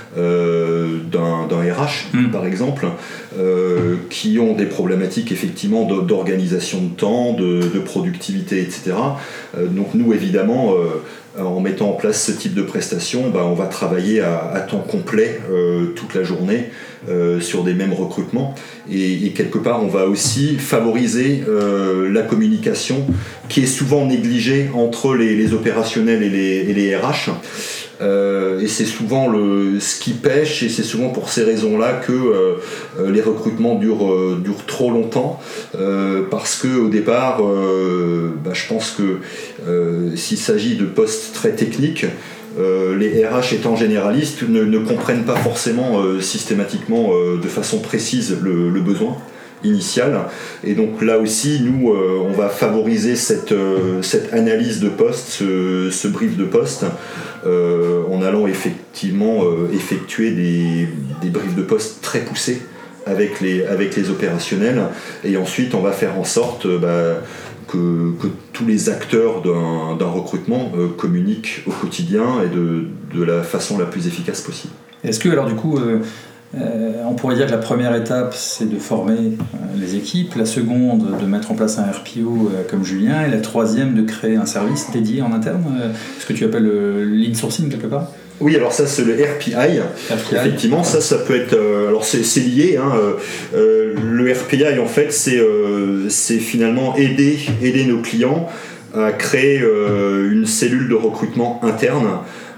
euh, d'un, d'un R H mmh. par exemple, euh, qui ont des problématiques effectivement d'organisation de temps, de, de productivité, et cetera. Euh, donc nous évidemment. Euh, En mettant en place ce type de prestation, bah, on va travailler à, à temps complet euh, toute la journée euh, sur des mêmes recrutements. Et, et quelque part, on va aussi favoriser euh, la communication qui est souvent négligée entre les, les opérationnels et les, et les R H. Euh, et c'est souvent le, ce qui pêche, et c'est souvent pour ces raisons-là que euh, les recrutements durent, euh, durent trop longtemps, euh, parce qu'au départ, euh, bah, je pense que euh, s'il s'agit de postes très techniques, euh, les R H étant généralistes ne, ne comprennent pas forcément euh, systématiquement euh, de façon précise le, le besoin initial, et donc là aussi nous euh, on va favoriser cette, euh, cette analyse de poste, ce, ce brief de poste, euh, en allant effectivement euh, effectuer des, des briefs de poste très poussés avec les, avec les opérationnels, et ensuite on va faire en sorte euh, bah, que, que tous les acteurs d'un, d'un recrutement euh, communiquent au quotidien et de, de la façon la plus efficace possible. Est-ce que alors du coup euh... Euh, on pourrait dire que la première étape, c'est de former euh, les équipes, la seconde, de mettre en place un R P O euh, comme Julien, et la troisième, de créer un service dédié en interne, euh, ce que tu appelles le lean sourcing quelque part ? Oui, alors ça c'est le R P I. R P I. Effectivement, ça, ça peut être. Euh, alors c'est, c'est lié. Hein, euh, le R P I, en fait, c'est, euh, c'est finalement aider, aider nos clients à créer euh, une cellule de recrutement interne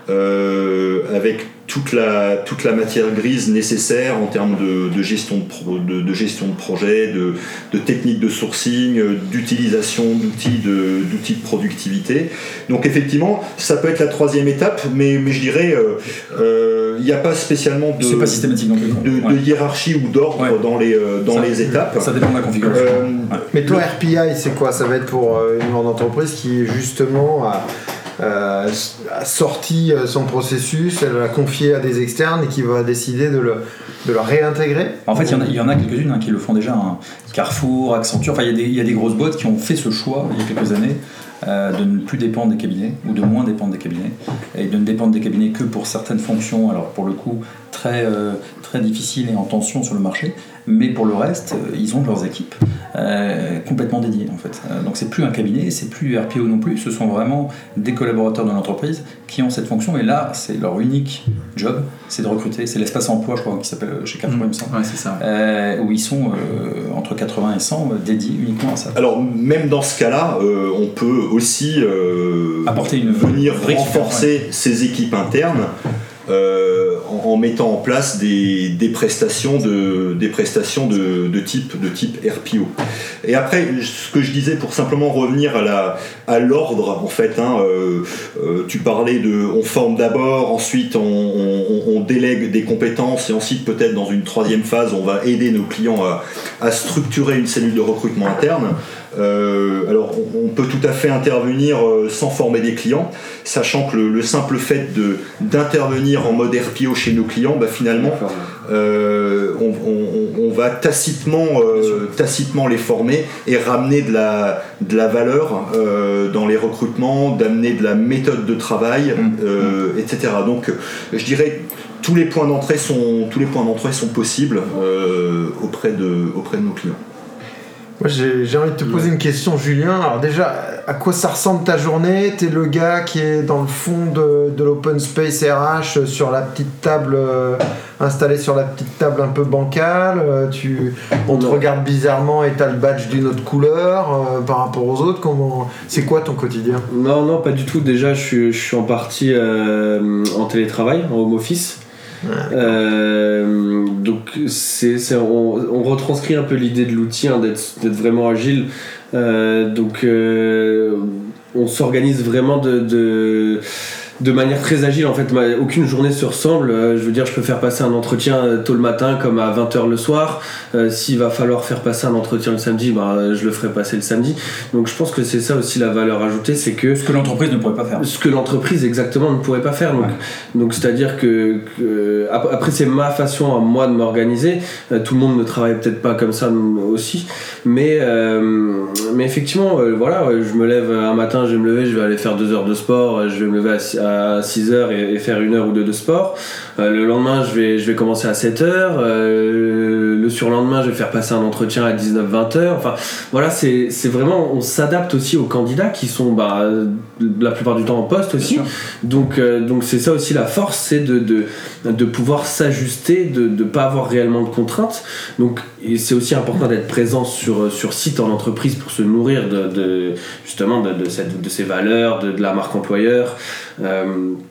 euh, avec toute la, toute la matière grise nécessaire en termes de, de, gestion, de, pro, de, de gestion de projet, de, de techniques de sourcing, d'utilisation d'outils de, d'outils de productivité. Donc effectivement, ça peut être la troisième étape, mais, mais je dirais, il euh, n'y euh, a pas spécialement de, c'est pas systématique non plus, de, ouais. de hiérarchie ou d'ordre ouais. dans, les, euh, dans ça, les étapes. Ça dépend de la configuration. Euh, ouais. Mais toi, R P I, c'est quoi ? Ça va être pour une grande entreprise qui justement a... Euh, a sorti son processus, elle l'a confié à des externes et qui va décider de le, de le réintégrer. En fait, il y en a, il y en a quelques-unes hein, qui le font déjà. Hein. Carrefour, Accenture, enfin, il y a des, il y a des grosses boîtes qui ont fait ce choix il y a quelques années euh, de ne plus dépendre des cabinets ou de moins dépendre des cabinets et de ne dépendre des cabinets que pour certaines fonctions. Alors pour le coup, très euh, très difficiles et en tension sur le marché. Mais pour le reste, euh, ils ont leurs équipes euh, complètement dédiées en fait. Euh, donc c'est plus un cabinet, c'est plus R P O non plus, ce sont vraiment des collaborateurs de l'entreprise qui ont cette fonction, et là c'est leur unique job, c'est de recruter, c'est l'espace emploi je crois qui s'appelle chez Carrefour, mmh. il me semble, ouais, c'est ça. Euh, où ils sont euh, entre quatre-vingts et cent euh, dédiés uniquement à ça. Alors même dans ce cas-là, euh, on peut aussi euh, apporter une venir renforcer ouais. ces équipes internes. Euh, en, en mettant en place des, des prestations, de, des prestations de, de, type, de type R P O. Et après, ce que je disais pour simplement revenir à, la, à l'ordre, en fait, hein, euh, euh, tu parlais de on forme d'abord, ensuite on, on, on délègue des compétences, et ensuite peut-être dans une troisième phase, on va aider nos clients à, à structurer une cellule de recrutement interne. Euh, alors on, on peut tout à fait intervenir euh, sans former des clients, sachant que le, le simple fait de, d'intervenir en mode R P O chez nos clients, bah, finalement euh, on, on, on va tacitement, euh, tacitement les former et ramener de la, de la valeur euh, dans les recrutements, d'amener de la méthode de travail, euh, et cetera. Donc je dirais tous les points d'entrée sont, tous les points d'entrée sont possibles euh, auprès, de, auprès de nos clients. Moi, j'ai, j'ai envie de te poser une question, Julien. Alors déjà, à quoi ça ressemble ta journée ? T'es le gars qui est dans le fond de, de l'open space R H, sur la petite table, euh, installé sur la petite table un peu bancale. Euh, tu, on te regarde bizarrement et t'as le badge d'une autre couleur euh, par rapport aux autres. Comment, c'est quoi ton quotidien ? Non, non, pas du tout. Déjà, je suis, je suis en partie euh, en télétravail, en home office. Ah, euh, donc c'est, c'est on, on retranscrit un peu l'idée de l'outil, hein, d'être, d'être vraiment agile. Euh, donc euh, on s'organise vraiment de, de de manière très agile. En fait, ma, aucune journée se ressemble. Euh, je veux dire, je peux faire passer un entretien tôt le matin comme à vingt heures le soir. Euh, s'il va falloir faire passer un entretien le samedi, bah, je le ferai passer le samedi. Donc je pense que c'est ça aussi la valeur ajoutée, c'est que ce que l'entreprise ne pourrait pas faire. Ce que l'entreprise exactement ne pourrait pas faire. Donc, ouais. donc c'est-à-dire que, que après c'est ma façon à moi de m'organiser. Euh, tout le monde ne travaille peut-être pas comme ça aussi, mais euh, mais effectivement, euh, voilà, je me lève un matin, je vais me lever, je vais aller faire deux heures de sport, je vais me lever à à six heures et, et faire une heure ou deux de sport. Euh, le lendemain, je vais, je vais commencer à sept heures. Euh, le surlendemain, je vais faire passer un entretien à dix-neuf vingt heures. Enfin, voilà, c'est, c'est vraiment... On s'adapte aussi aux candidats qui sont bah, la plupart du temps en poste aussi. Donc, euh, donc c'est ça aussi la force, c'est de, de, de pouvoir s'ajuster, de ne pas avoir réellement de contraintes. Donc, et c'est aussi important d'être présent sur, sur site en entreprise pour se nourrir de, de, justement de, de, cette, de ces valeurs, de, de la marque employeur. Euh,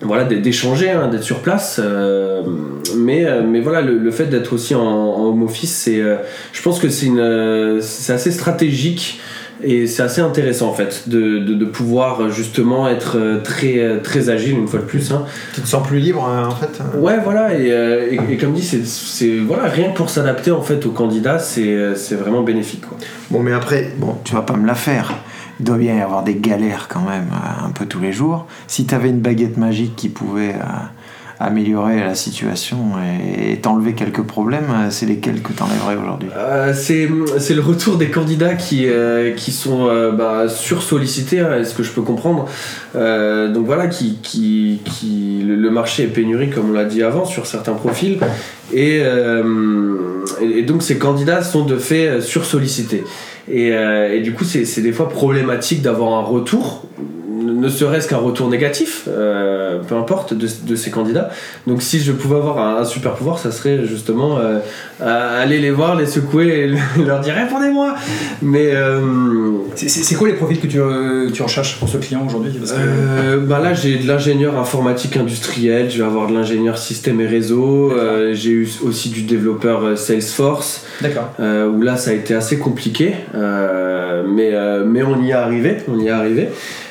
voilà, d'échanger, hein, d'être sur place. Euh, mais, mais voilà, le, le fait d'être aussi en, en home office, c'est, euh, je pense que c'est, une, c'est assez stratégique et c'est assez intéressant en fait de, de, de pouvoir justement être très, très agile une fois de plus. Hein. Tu te sens plus libre en fait. Ouais, voilà, et, et, et comme dit, c'est, c'est, voilà, rien que pour s'adapter en fait aux candidats, c'est, c'est vraiment bénéfique, quoi. Bon, mais après, bon, tu vas pas me la faire. Il doit bien y avoir des galères quand même, euh, un peu tous les jours. Si tu avais une baguette magique qui pouvait euh, améliorer la situation et, et t'enlever quelques problèmes, euh, c'est lesquels que t'enlèverais aujourd'hui ? euh, c'est, c'est le retour des candidats qui, euh, qui sont euh, bah, sursollicités, hein, est-ce que je peux comprendre. Euh, donc voilà, qui, qui, qui, le, le marché est pénurique, comme on l'a dit avant, sur certains profils. Et, euh, et, et donc ces candidats sont de fait sursollicités. Et, euh, et du coup, c'est, c'est des fois problématique d'avoir un retour, ne serait-ce qu'un retour négatif, euh, peu importe, de, de ces candidats. Donc, si je pouvais avoir un, un super pouvoir, ça serait justement euh, aller les voir, les secouer et leur dire « Répondez-moi !» Mais euh, c'est, c'est, c'est quoi les profils que tu, euh, tu recherches pour ce client aujourd'hui ? Parce que... euh, bah là, j'ai de l'ingénieur informatique industriel, je vais avoir de l'ingénieur système et réseau, euh, j'ai eu aussi du développeur Salesforce. D'accord. Euh, où là, ça a été assez compliqué, euh, mais, euh, mais on y est arrivé, on y est arrivé.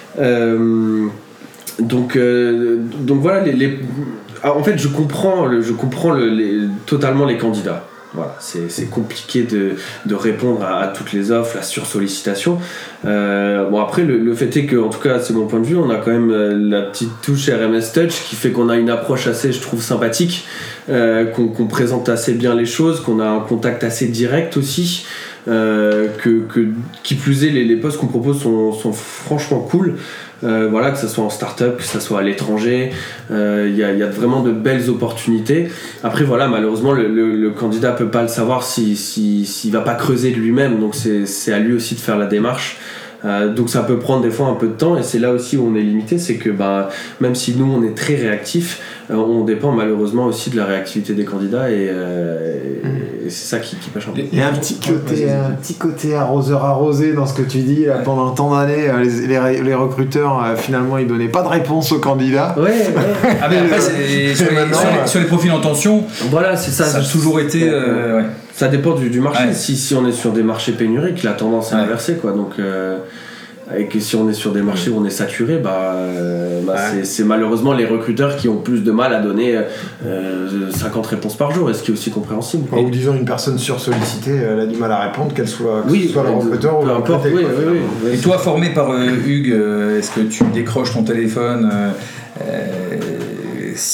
Euh, donc, euh, donc voilà, les, les... Ah, en fait, je comprends, le, je comprends le, les, totalement les candidats. Voilà, c'est, c'est compliqué de, de répondre à, à toutes les offres, la sursollicitation. Euh, bon, après, le, le fait est que, en tout cas, c'est mon point de vue, on a quand même la petite touche R M S Touch qui fait qu'on a une approche assez, je trouve, sympathique, euh, qu'on, qu'on présente assez bien les choses, qu'on a un contact assez direct aussi. Euh, que, que, qui plus est, les, les postes qu'on propose sont, sont franchement cool. Euh, voilà, que ce soit en start-up, que ce soit à l'étranger, il euh, y, a, y a vraiment de belles opportunités. Après, voilà, malheureusement, le, le, le candidat peut pas le savoir si, si, s'il va pas creuser de lui-même, donc c'est, c'est à lui aussi de faire la démarche. Euh, donc ça peut prendre des fois un peu de temps, et c'est là aussi où on est limité, c'est que bah, même si nous on est très réactifs, euh, on dépend malheureusement aussi de la réactivité des candidats, et, euh, et, et c'est ça qui, qui pêche un peu. Il y a un petit côté, un petit côté arroseur arrosé dans ce que tu dis. Là, pendant tant d'années, les, les, les recruteurs finalement ils donnaient pas de réponse aux candidats. Ouais, ouais. Ah mais après c'est, sur, les, sur, les, sur les profils en tension, voilà, c'est ça. Ça a toujours été. Euh, ouais. Ça dépend du, du marché. Ouais. Si, si on est sur des marchés pénuriques, la tendance est ouais. inversée, quoi. Donc, euh, et que si on est sur des marchés où on est saturé, bah, euh, bah ouais. c'est, c'est malheureusement les recruteurs qui ont plus de mal à donner euh, cinquante réponses par jour, et ce qui est aussi compréhensible. Ou disons une personne sursollicitée, elle a du mal à répondre, qu'elle soit, que oui, ce soit le recruteur ou le recruteur. Oui, oui, oui, oui. Et toi, formé par euh, Hugues, euh, est-ce que tu décroches ton téléphone euh, euh, systématiquement ?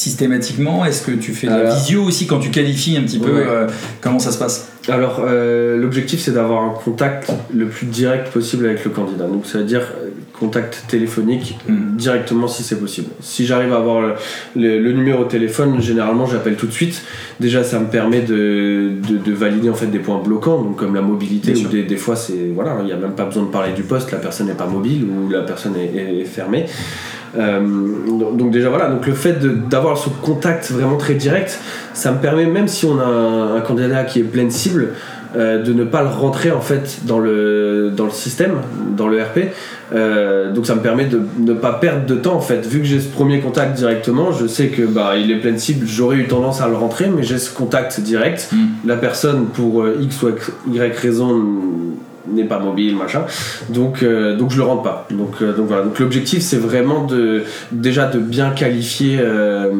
Est-ce que tu fais de la Alors, visio aussi quand tu qualifies un petit peu ouais. euh, Comment ça se passe ? Alors, euh, l'objectif, c'est d'avoir un contact le plus direct possible avec le candidat. Donc, ça veut dire contact téléphonique mmh. directement si c'est possible. Si j'arrive à avoir le, le, le numéro de téléphone, généralement, j'appelle tout de suite. Déjà, ça me permet de, de, de valider en fait des points bloquants, donc comme la mobilité, où des, des fois, c'est voilà, il n'y a même pas besoin de parler du poste, la personne n'est pas mobile ou la personne est, est fermée. Euh, donc déjà voilà, donc le fait de, d'avoir ce contact vraiment très direct, ça me permet, même si on a un, un candidat qui est pleine cible, euh, de ne pas le rentrer en fait dans le, dans le système, dans le R P. Euh, donc ça me permet de ne pas perdre de temps en fait. Vu que j'ai ce premier contact directement, je sais que bah, il est pleine cible, j'aurais eu tendance à le rentrer, mais j'ai ce contact direct. Mmh. La personne pour euh, X ou Y raison n'est pas mobile, machin, donc, euh, donc je le rentre pas. Donc, euh, donc voilà, donc l'objectif c'est vraiment de, déjà de bien qualifier euh,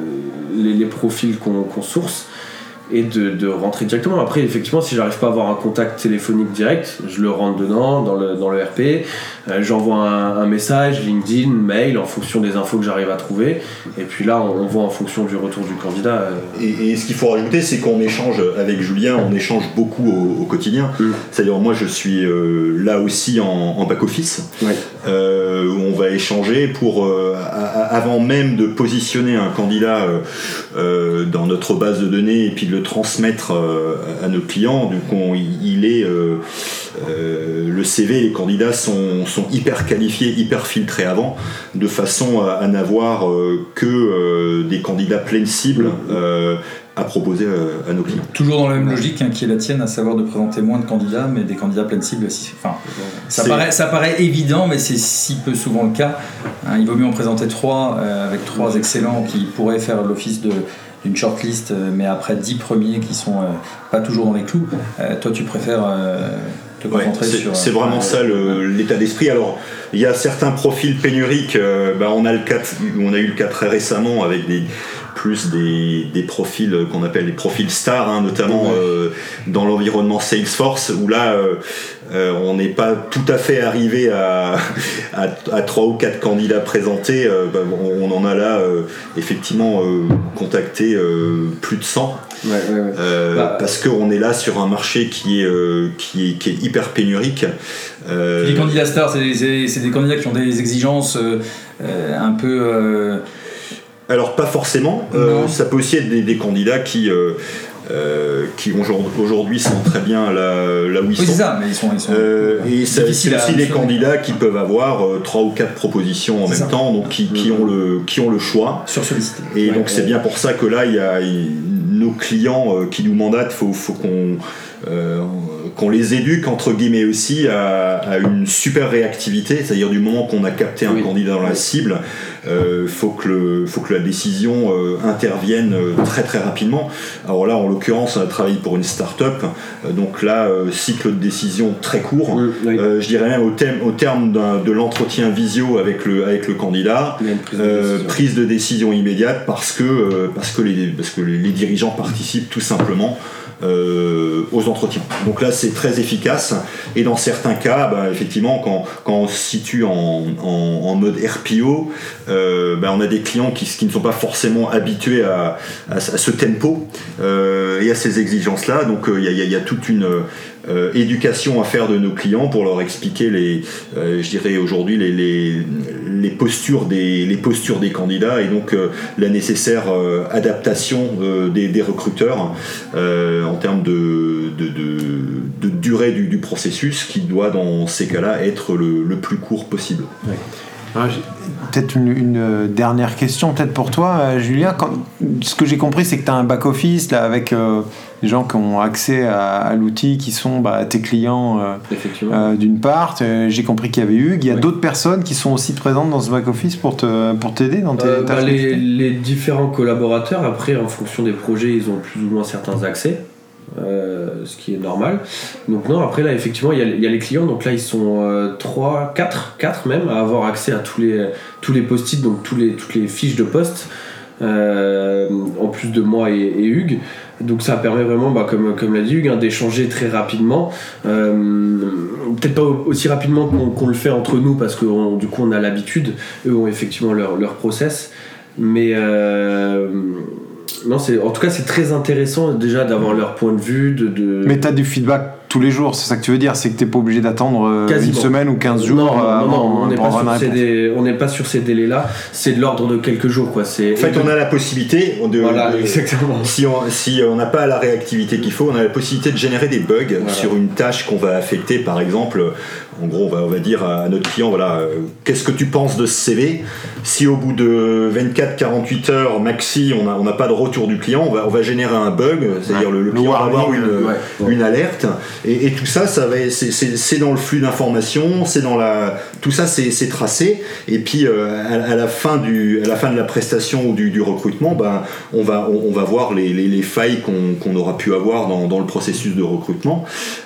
les, les profils qu'on, qu'on source et de, de rentrer directement. Après, effectivement, si j'arrive pas à avoir un contact téléphonique direct, je le rentre dedans, dans le, dans le R P, euh, j'envoie un, un message, LinkedIn, mail, en fonction des infos que j'arrive à trouver, et puis là, on, on voit en fonction du retour du candidat. Euh... Et, et ce qu'il faut rajouter, c'est qu'on échange avec Julien, on échange beaucoup au, au quotidien. Mmh. C'est-à-dire, moi, je suis euh, là aussi en, en back-office, ouais. euh, où on va échanger pour, euh, à, avant même de positionner un candidat euh, euh, dans notre base de données, et puis de le transmettre euh, à nos clients. Donc on, il est euh, euh, le C V, les candidats sont, sont hyper qualifiés, hyper filtrés avant, de façon à, à n'avoir euh, que euh, des candidats pleine cible euh, à proposer euh, à nos clients. Toujours dans la même logique hein, qui est la tienne, à savoir de présenter moins de candidats, mais des candidats pleine cible. Enfin, ça, paraît, ça paraît évident, mais c'est si peu souvent le cas. Hein, il vaut mieux en présenter trois, euh, avec trois excellents qui pourraient faire l'office de, d'une shortlist, euh, mais après dix premiers qui sont euh, pas toujours dans les clous. Euh, toi, tu préfères euh, te concentrer ouais, c'est, sur... C'est vraiment euh, ça le, l'état d'esprit. Alors, il y a certains profils pénuriques. Euh, bah, on, a le cas, on a eu le cas très récemment avec des... plus des, des profils qu'on appelle les profils stars, hein, notamment ouais. euh, dans l'environnement Salesforce, où là euh, euh, on n'est pas tout à fait arrivé à, à, à trois ou quatre candidats présentés. Euh, bah, on, on en a là euh, effectivement euh, contacté euh, plus de cent. Ouais, ouais, ouais. Euh, bah, parce qu'on est là sur un marché qui est, euh, qui est, qui est hyper pénurique. Euh, les candidats stars, c'est, c'est, c'est des candidats qui ont des exigences euh, euh, un peu... Euh, Alors pas forcément, euh, ça peut aussi être des, des candidats qui, euh, euh, qui aujourd'hui sont très bien là, là où ils oui, sont. C'est ça, mais ils sont, ils sont euh, et ça, c'est aussi des candidats qui peuvent avoir euh, trois ou quatre propositions en c'est même ça. temps, donc qui, qui, ont le, qui ont le choix. Sur sollicité. Et ouais, donc ouais. c'est bien pour ça que là, il y a il, nos clients euh, qui nous mandatent, il faut, faut qu'on... Euh, qu'on les éduque entre guillemets aussi à, à une super réactivité, c'est-à-dire du moment qu'on a capté un oui. candidat dans la cible, euh, faut que le, faut que la décision euh, intervienne euh, très très rapidement. Alors là, en l'occurrence, on a travaillé pour une start-up, euh, donc là, euh, cycle de décision très court. Oui, oui. Euh, je dirais même au, thème, au terme de l'entretien visio avec le, avec le candidat, prise de, euh, prise de décision immédiate parce que, euh, parce que, les, parce que les, les dirigeants participent tout simplement Euh, aux entretiens. Donc là, c'est très efficace. Et dans certains cas, bah, effectivement, quand, quand on se situe en, en, en mode R P O, euh, bah, on a des clients qui, qui ne sont pas forcément habitués à, à, à ce tempo euh, et à ces exigences-là. Donc il euh, y, y, y a toute une euh, éducation à faire de nos clients pour leur expliquer les, euh, je dirais aujourd'hui les, les, les postures des les postures des candidats et donc euh, la nécessaire euh, adaptation euh, des, des recruteurs. Euh, en termes de, de, de, de durée du, du processus qui doit dans ces cas-là être le, le plus court possible. Ouais. Alors, peut-être une, une dernière question peut-être pour toi, euh, Julien. Quand, ce que j'ai compris, c'est que tu as un back-office là, avec euh, des gens qui ont accès à, à l'outil, qui sont bah, tes clients euh, euh, d'une part. Euh, j'ai compris qu'il y avait Hugues. Il y a ouais. d'autres personnes qui sont aussi présentes dans ce back-office pour, te, pour t'aider dans tes euh, tâches. Bah, les, les différents collaborateurs, après, en fonction des projets, ils ont plus ou moins certains accès. Euh, ce qui est normal. Donc non, après là effectivement il y a, il y a les clients, donc là ils sont euh, trois, quatre, quatre même à avoir accès à tous les, tous les post-it, donc tous les, toutes les fiches de poste euh, en plus de moi et, et Hugues. Donc ça permet vraiment, bah, comme, comme l'a dit Hugues, hein, d'échanger très rapidement, euh, peut-être pas aussi rapidement qu'on, qu'on le fait entre nous parce que on, du coup on a l'habitude, eux ont effectivement leur, leur process, mais euh, non, c'est, en tout cas c'est très intéressant déjà d'avoir leur point de vue de, de... Mais t'as du feedback tous les jours, c'est ça que tu veux dire, c'est que t'es pas obligé d'attendre euh, une semaine ou quinze jours. Non, non, euh, non, non on n'est pas, dé... pas sur ces délais-là, c'est de l'ordre de quelques jours quoi. C'est... En fait on a la possibilité de, voilà, de, exactement. Si on si on n'a pas la réactivité qu'il faut, on a la possibilité de générer des bugs voilà. sur une tâche qu'on va affecter par exemple. En gros, on va, on va dire à notre client, voilà, euh, qu'est-ce que tu penses de ce C V ? Si au bout de vingt-quatre à quarante-huit heures maxi, on n'a on a pas de retour du client, on va, on va générer un bug, c'est-à-dire ouais. le, le client va avoir une, ouais. Ouais. une alerte. Et, et tout ça, ça va, c'est, c'est, c'est dans le flux d'informations, c'est dans la, tout ça, c'est, c'est tracé. Et puis, euh, à, à, la fin du, à la fin de la prestation ou du, du recrutement, ben, on, va, on, on va voir les, les, les failles qu'on, qu'on aura pu avoir dans, dans le processus de recrutement.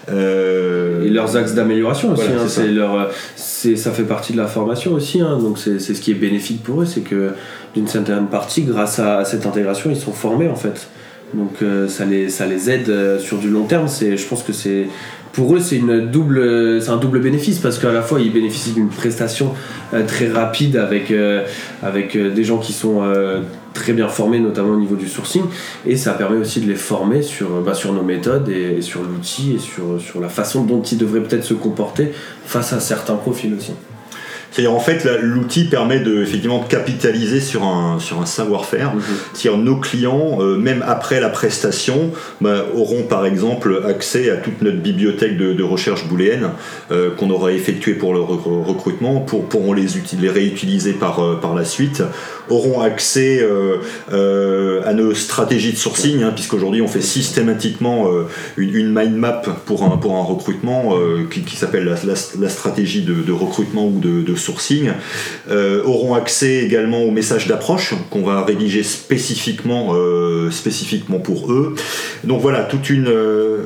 Euh, et leurs axes d'amélioration aussi. Voilà, hein, c'est c'est leur, c'est, ça fait partie de la formation aussi, hein, donc c'est, c'est ce qui est bénéfique pour eux, c'est que d'une certaine partie, grâce à, à cette intégration, ils sont formés en fait. Donc euh, ça, les, ça les aide euh, sur du long terme. C'est, je pense que c'est, pour eux, c'est, une double, c'est un double bénéfice parce qu'à la fois, ils bénéficient d'une prestation euh, très rapide avec, euh, avec euh, des gens qui sont euh, très bien formés, notamment au niveau du sourcing, et ça permet aussi de les former sur, bah, sur nos méthodes et, et sur l'outil et sur, sur la façon dont ils devraient peut-être se comporter face à certains profils aussi. C'est-à-dire en fait là, l'outil permet de, effectivement de capitaliser sur un, sur un savoir-faire. Mmh. C'est-à-dire nos clients, euh, même après la prestation, bah, auront par exemple accès à toute notre bibliothèque de, de recherche booléenne euh, qu'on aura effectuée pour le re- recrutement, pour, pourront les, uti- les réutiliser par, euh, par la suite, auront accès euh, euh, à nos stratégies de sourcing, hein, puisqu'aujourd'hui on fait systématiquement euh, une, une mind map pour un, pour un recrutement euh, qui, qui s'appelle la, la, la stratégie de, de recrutement ou de, de sourcing, euh, auront accès également aux messages d'approche qu'on va rédiger spécifiquement, euh, spécifiquement pour eux. Donc voilà, toute une euh,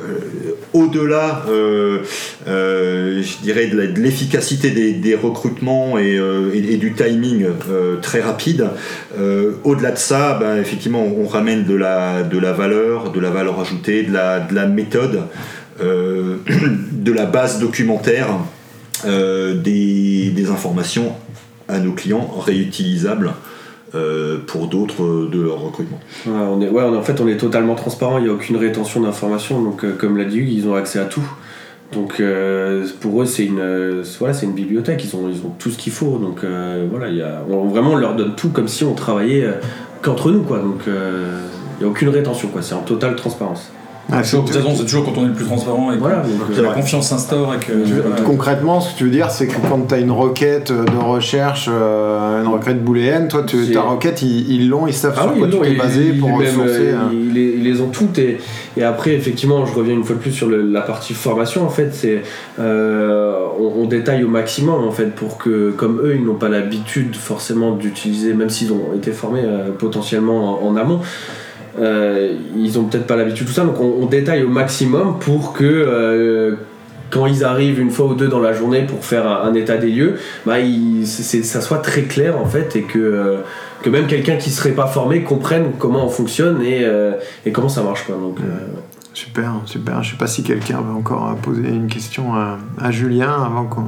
au-delà euh, euh, je dirais de, la, de l'efficacité des, des recrutements et, euh, et, et du timing euh, très rapide, euh, au-delà de ça, ben, effectivement on ramène de la, de la valeur, de la valeur ajoutée, de la, de la méthode, euh, de la base documentaire, euh, des, des informations à nos clients réutilisables Euh, pour d'autres de leur recrutement. Ouais, on est, ouais, on est, en fait, on est totalement transparent, il n'y a aucune rétention d'informations, donc euh, comme l'a dit Hugues, ils ont accès à tout. Donc euh, pour eux, c'est une, euh, voilà, c'est une bibliothèque, ils ont, ils ont tout ce qu'il faut, donc euh, voilà, y a, on, vraiment on leur donne tout comme si on travaillait euh, qu'entre nous, quoi. Donc il euh, n'y a aucune rétention, quoi. C'est en totale transparence. Ah, c'est, c'est, c'est toujours quand on est le plus transparent et que, voilà, donc, que la confiance s'instaure. Et que, euh, voilà. Concrètement, ce que tu veux dire, c'est que quand tu as une requête de recherche, euh, une requête booléenne, toi, tu, ta requête, ils, ils l'ont, ils savent ah sur oui, quoi non, tu t'es basé ils, pour même, ressourcer. Euh, hein. ils, ils, ils les ont toutes et, et après, effectivement, je reviens une fois de plus sur le, la partie formation. En fait, c'est euh, on, on détaille au maximum en fait pour que, comme eux, ils n'ont pas l'habitude forcément d'utiliser, même s'ils ont été formés euh, potentiellement en, en amont. Euh, ils ont peut-être pas l'habitude de tout ça, donc on, on détaille au maximum pour que euh, quand ils arrivent une fois ou deux dans la journée pour faire un, un état des lieux, bah, il, c'est, c'est, ça soit très clair en fait et que, euh, que même quelqu'un qui serait pas formé comprenne comment on fonctionne et, euh, et comment ça marche, quoi. Donc, euh, super, super. Je sais pas si quelqu'un veut encore poser une question à, à Julien avant qu'on...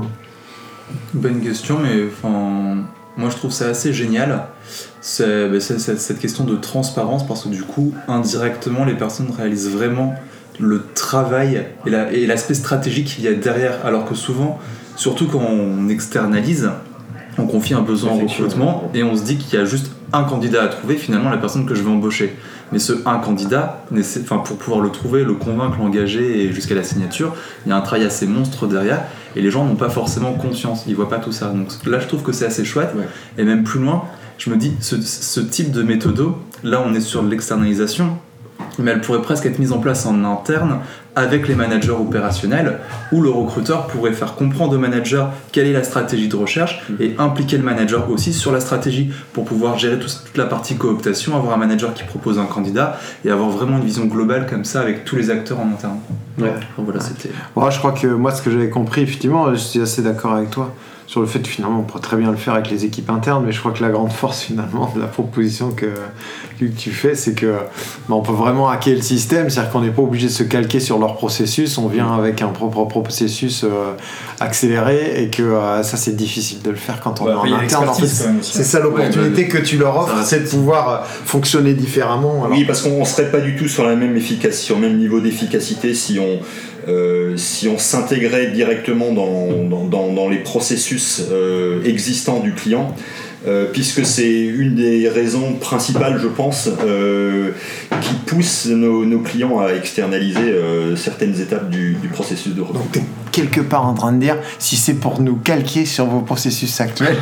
Bonne question, mais enfin... Moi, je trouve ça assez génial, c'est, bah, c'est, c'est, cette question de transparence, parce que du coup, indirectement, les personnes réalisent vraiment le travail et, la, et l'aspect stratégique qu'il y a derrière. Alors que souvent, surtout quand on externalise, on confie un besoin en recrutement et on se dit qu'il y a juste un candidat à trouver, finalement la personne que je vais embaucher. Mais ce un candidat, enfin, pour pouvoir le trouver, le convaincre, l'engager et jusqu'à la signature, il y a un travail assez monstre derrière et les gens n'ont pas forcément conscience, ils voient pas tout ça. Donc là je trouve que c'est assez chouette. Ouais. Et même plus loin, je me dis, ce, ce type de méthodo, là on est sur l'externalisation, mais elle pourrait presque être mise en place en interne avec les managers opérationnels, où le recruteur pourrait faire comprendre au manager quelle est la stratégie de recherche et impliquer le manager aussi sur la stratégie pour pouvoir gérer tout, toute la partie cooptation, avoir un manager qui propose un candidat et avoir vraiment une vision globale comme ça avec tous les acteurs en interne. Ouais. Ouais. Voilà, c'était... Ouais, je crois que moi, ce que j'avais compris, effectivement, je suis assez d'accord avec toi sur le fait que finalement on pourrait très bien le faire avec les équipes internes, mais je crois que la grande force finalement de la proposition que, que tu fais, c'est que bah, on peut vraiment hacker le système, c'est-à-dire qu'on n'est pas obligé de se calquer sur leur processus, on vient avec un propre processus euh, accéléré et que euh, ça c'est difficile de le faire quand on ouais, est en interne. En fait, c'est, c'est ça l'opportunité ouais, bah, que tu leur offres, c'est de pouvoir fonctionner différemment. Alors. Oui, parce qu'on ne serait pas du tout sur la même efficacité, sur le même niveau d'efficacité si on Euh, si on s'intégrait directement dans, dans, dans, dans les processus euh, existants du client, euh, puisque c'est une des raisons principales, je pense, euh, qui pousse nos, nos clients à externaliser euh, certaines étapes du, du processus de recrutement. Donc t'es quelque part en train de dire, si c'est pour nous calquer sur vos processus actuels,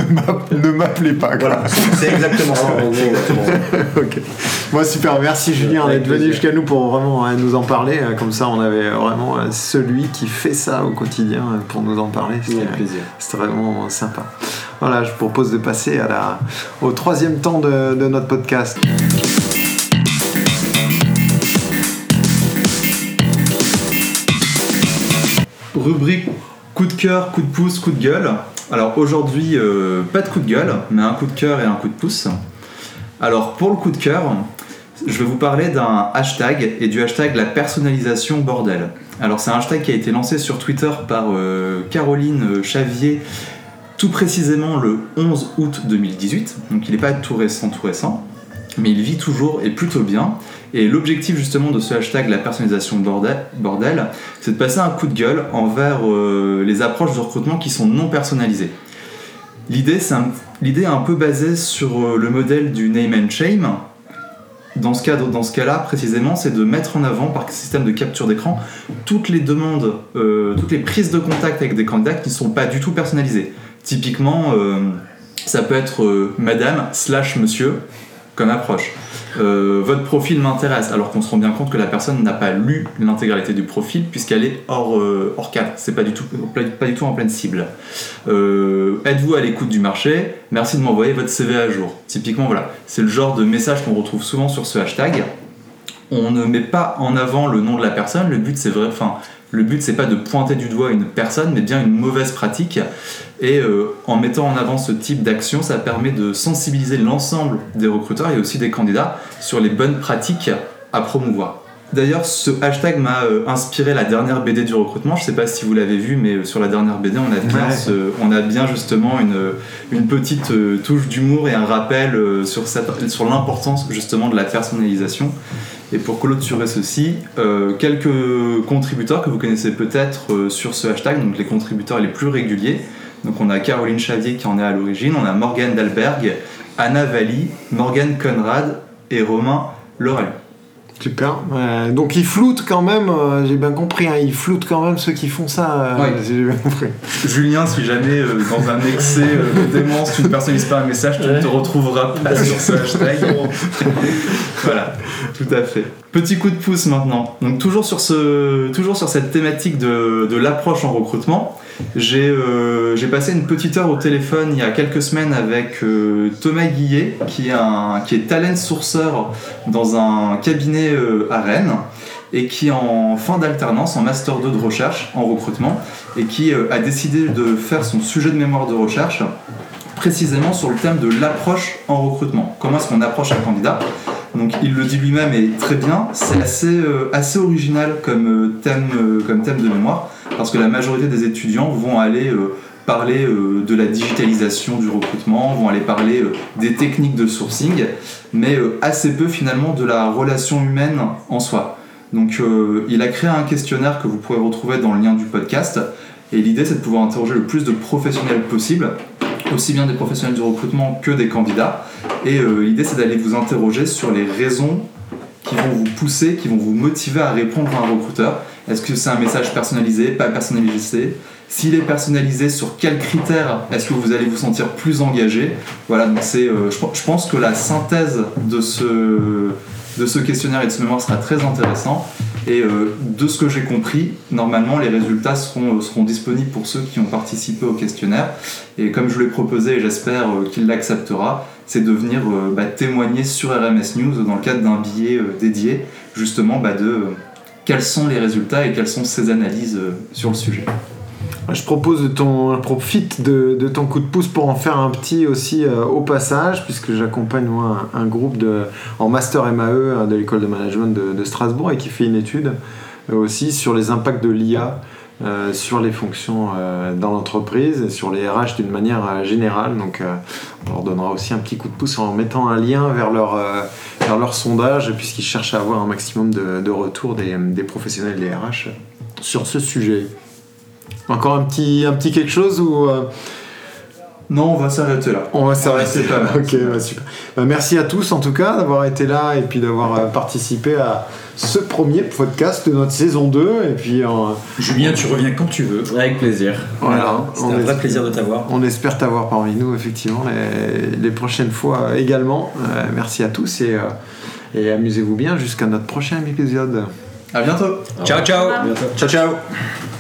ne m'appelez pas. Quoi. Voilà, c'est exactement ça. Ok. Bon, super, merci Julien d'être venu jusqu'à nous pour vraiment hein, nous en parler. Comme ça, on avait vraiment celui qui fait ça au quotidien pour nous en parler. C'était, plaisir. C'était vraiment sympa. Voilà, je propose de passer à la, au troisième temps de, de notre podcast. Rubrique coup de cœur, coup de pouce, coup de gueule. Alors aujourd'hui, euh, pas de coup de gueule, mais un coup de cœur et un coup de pouce. Alors pour le coup de cœur, je vais vous parler d'un hashtag et du hashtag la personnalisation bordel. Alors c'est un hashtag qui a été lancé sur Twitter par euh, Caroline Chavier, tout précisément le onze août deux mille dix-huit, donc il n'est pas tout récent, tout récent, mais il vit toujours et plutôt bien. Et l'objectif justement de ce hashtag, la personnalisation bordel, bordel c'est de passer un coup de gueule envers euh, les approches de recrutement qui sont non personnalisées. L'idée, c'est un, l'idée est un peu basée sur le modèle du name and shame. Dans ce, cadre, dans ce cas-là, précisément, c'est de mettre en avant, par système de capture d'écran, toutes les demandes, euh, toutes les prises de contact avec des candidats qui ne sont pas du tout personnalisées. Typiquement, euh, ça peut être euh, madame slash monsieur comme approche. Euh, votre profil m'intéresse, alors qu'on se rend bien compte que la personne n'a pas lu l'intégralité du profil puisqu'elle est hors, euh, hors cadre, c'est pas du, tout, pas du tout en pleine cible. Euh, êtes-vous à l'écoute du marché ? Merci de m'envoyer votre C V à jour. Typiquement, voilà, c'est le genre de message qu'on retrouve souvent sur ce hashtag. On ne met pas en avant le nom de la personne, le but c'est vrai, enfin, le but c'est pas de pointer du doigt une personne, mais bien une mauvaise pratique. Et euh, en mettant en avant ce type d'action, ça permet de sensibiliser l'ensemble des recruteurs et aussi des candidats sur les bonnes pratiques à promouvoir. D'ailleurs, ce hashtag m'a euh, inspiré la dernière B D du recrutement. Je sais pas si vous l'avez vu, mais sur la dernière B D, on a bien, ouais. ce, on a bien justement une, une petite euh, touche d'humour et un rappel euh, sur, cette, sur l'importance justement de la personnalisation. Et pour clôturer ceci, euh, quelques contributeurs que vous connaissez peut-être euh, sur ce hashtag, donc les contributeurs les plus réguliers. Donc on a Caroline Chavier qui en est à l'origine, on a Morgane Dalberg, Anna Valli, Morgane Conrad et Romain Laurel. Super. Euh, donc ils floutent quand même, euh, j'ai bien compris, hein, ils floutent quand même ceux qui font ça. Euh, ouais. J'ai bien compris. Julien, si jamais euh, dans un excès euh, de démence tu ne personnalises pas un message, tu ne te retrouveras pas sur ce hashtag. Voilà, tout à fait. Petit coup de pouce maintenant. Donc toujours sur, ce, toujours sur cette thématique de, de l'approche en recrutement, j'ai, euh, j'ai passé une petite heure au téléphone il y a quelques semaines avec euh, Thomas Guillet, qui est, un, qui est talent sourceur dans un cabinet euh, à Rennes, et qui est en fin d'alternance, en master deux de recherche en recrutement, et qui euh, a décidé de faire son sujet de mémoire de recherche précisément sur le thème de l'approche en recrutement. Comment est-ce qu'on approche un candidat ? Donc il le dit lui-même et très bien, c'est assez, euh, assez original comme, euh, thème, euh, comme thème de mémoire, parce que la majorité des étudiants vont aller euh, parler euh, de la digitalisation du recrutement, vont aller parler euh, des techniques de sourcing, mais euh, assez peu finalement de la relation humaine en soi. Donc euh, il a créé un questionnaire que vous pourrez retrouver dans le lien du podcast, et l'idée c'est de pouvoir interroger le plus de professionnels possible, aussi bien des professionnels du recrutement que des candidats, et euh, l'idée c'est d'aller vous interroger sur les raisons qui vont vous pousser, qui vont vous motiver à répondre à un recruteur. Est-ce que c'est un message personnalisé, pas personnalisé ? S'il est personnalisé, sur quels critères est-ce que vous allez vous sentir plus engagé ? Voilà, donc c'est, euh, je, je pense que la synthèse de ce, de ce questionnaire et de ce mémoire sera très intéressant. Et euh, de ce que j'ai compris, normalement les résultats seront, seront disponibles pour ceux qui ont participé au questionnaire. Et comme je l'ai proposé, et j'espère euh, qu'il l'acceptera, c'est de venir euh, bah, témoigner sur R M S News dans le cadre d'un billet euh, dédié, justement bah, de euh, quels sont les résultats et quelles sont ses analyses euh, sur le sujet. Je propose de ton, je profite de, de ton coup de pouce pour en faire un petit aussi euh, au passage, puisque j'accompagne moi un, un groupe de, en master M A E de l'école de management de, de Strasbourg et qui fait une étude euh, aussi sur les impacts de l'I A euh, sur les fonctions euh, dans l'entreprise et sur les R H d'une manière euh, générale. Donc euh, on leur donnera aussi un petit coup de pouce en mettant un lien vers leur, euh, vers leur sondage, puisqu'ils cherchent à avoir un maximum de, de retours des, des professionnels des R H sur ce sujet. Encore un petit, un petit quelque chose ou euh... Non, on va s'arrêter là. On va s'arrêter là. Ok, bah, super. Bah, merci à tous en tout cas d'avoir été là et puis d'avoir euh, participé à ce premier podcast de notre saison deux. Et puis, euh, Julien, tu reviens quand tu veux. Avec plaisir. Voilà, C'était un vrai plaisir de t'avoir. On espère t'avoir parmi nous effectivement les, les prochaines fois également. Euh, merci à tous et, euh, et amusez-vous bien jusqu'à notre prochain épisode. À bientôt. Ciao, ciao. Ciao, ciao.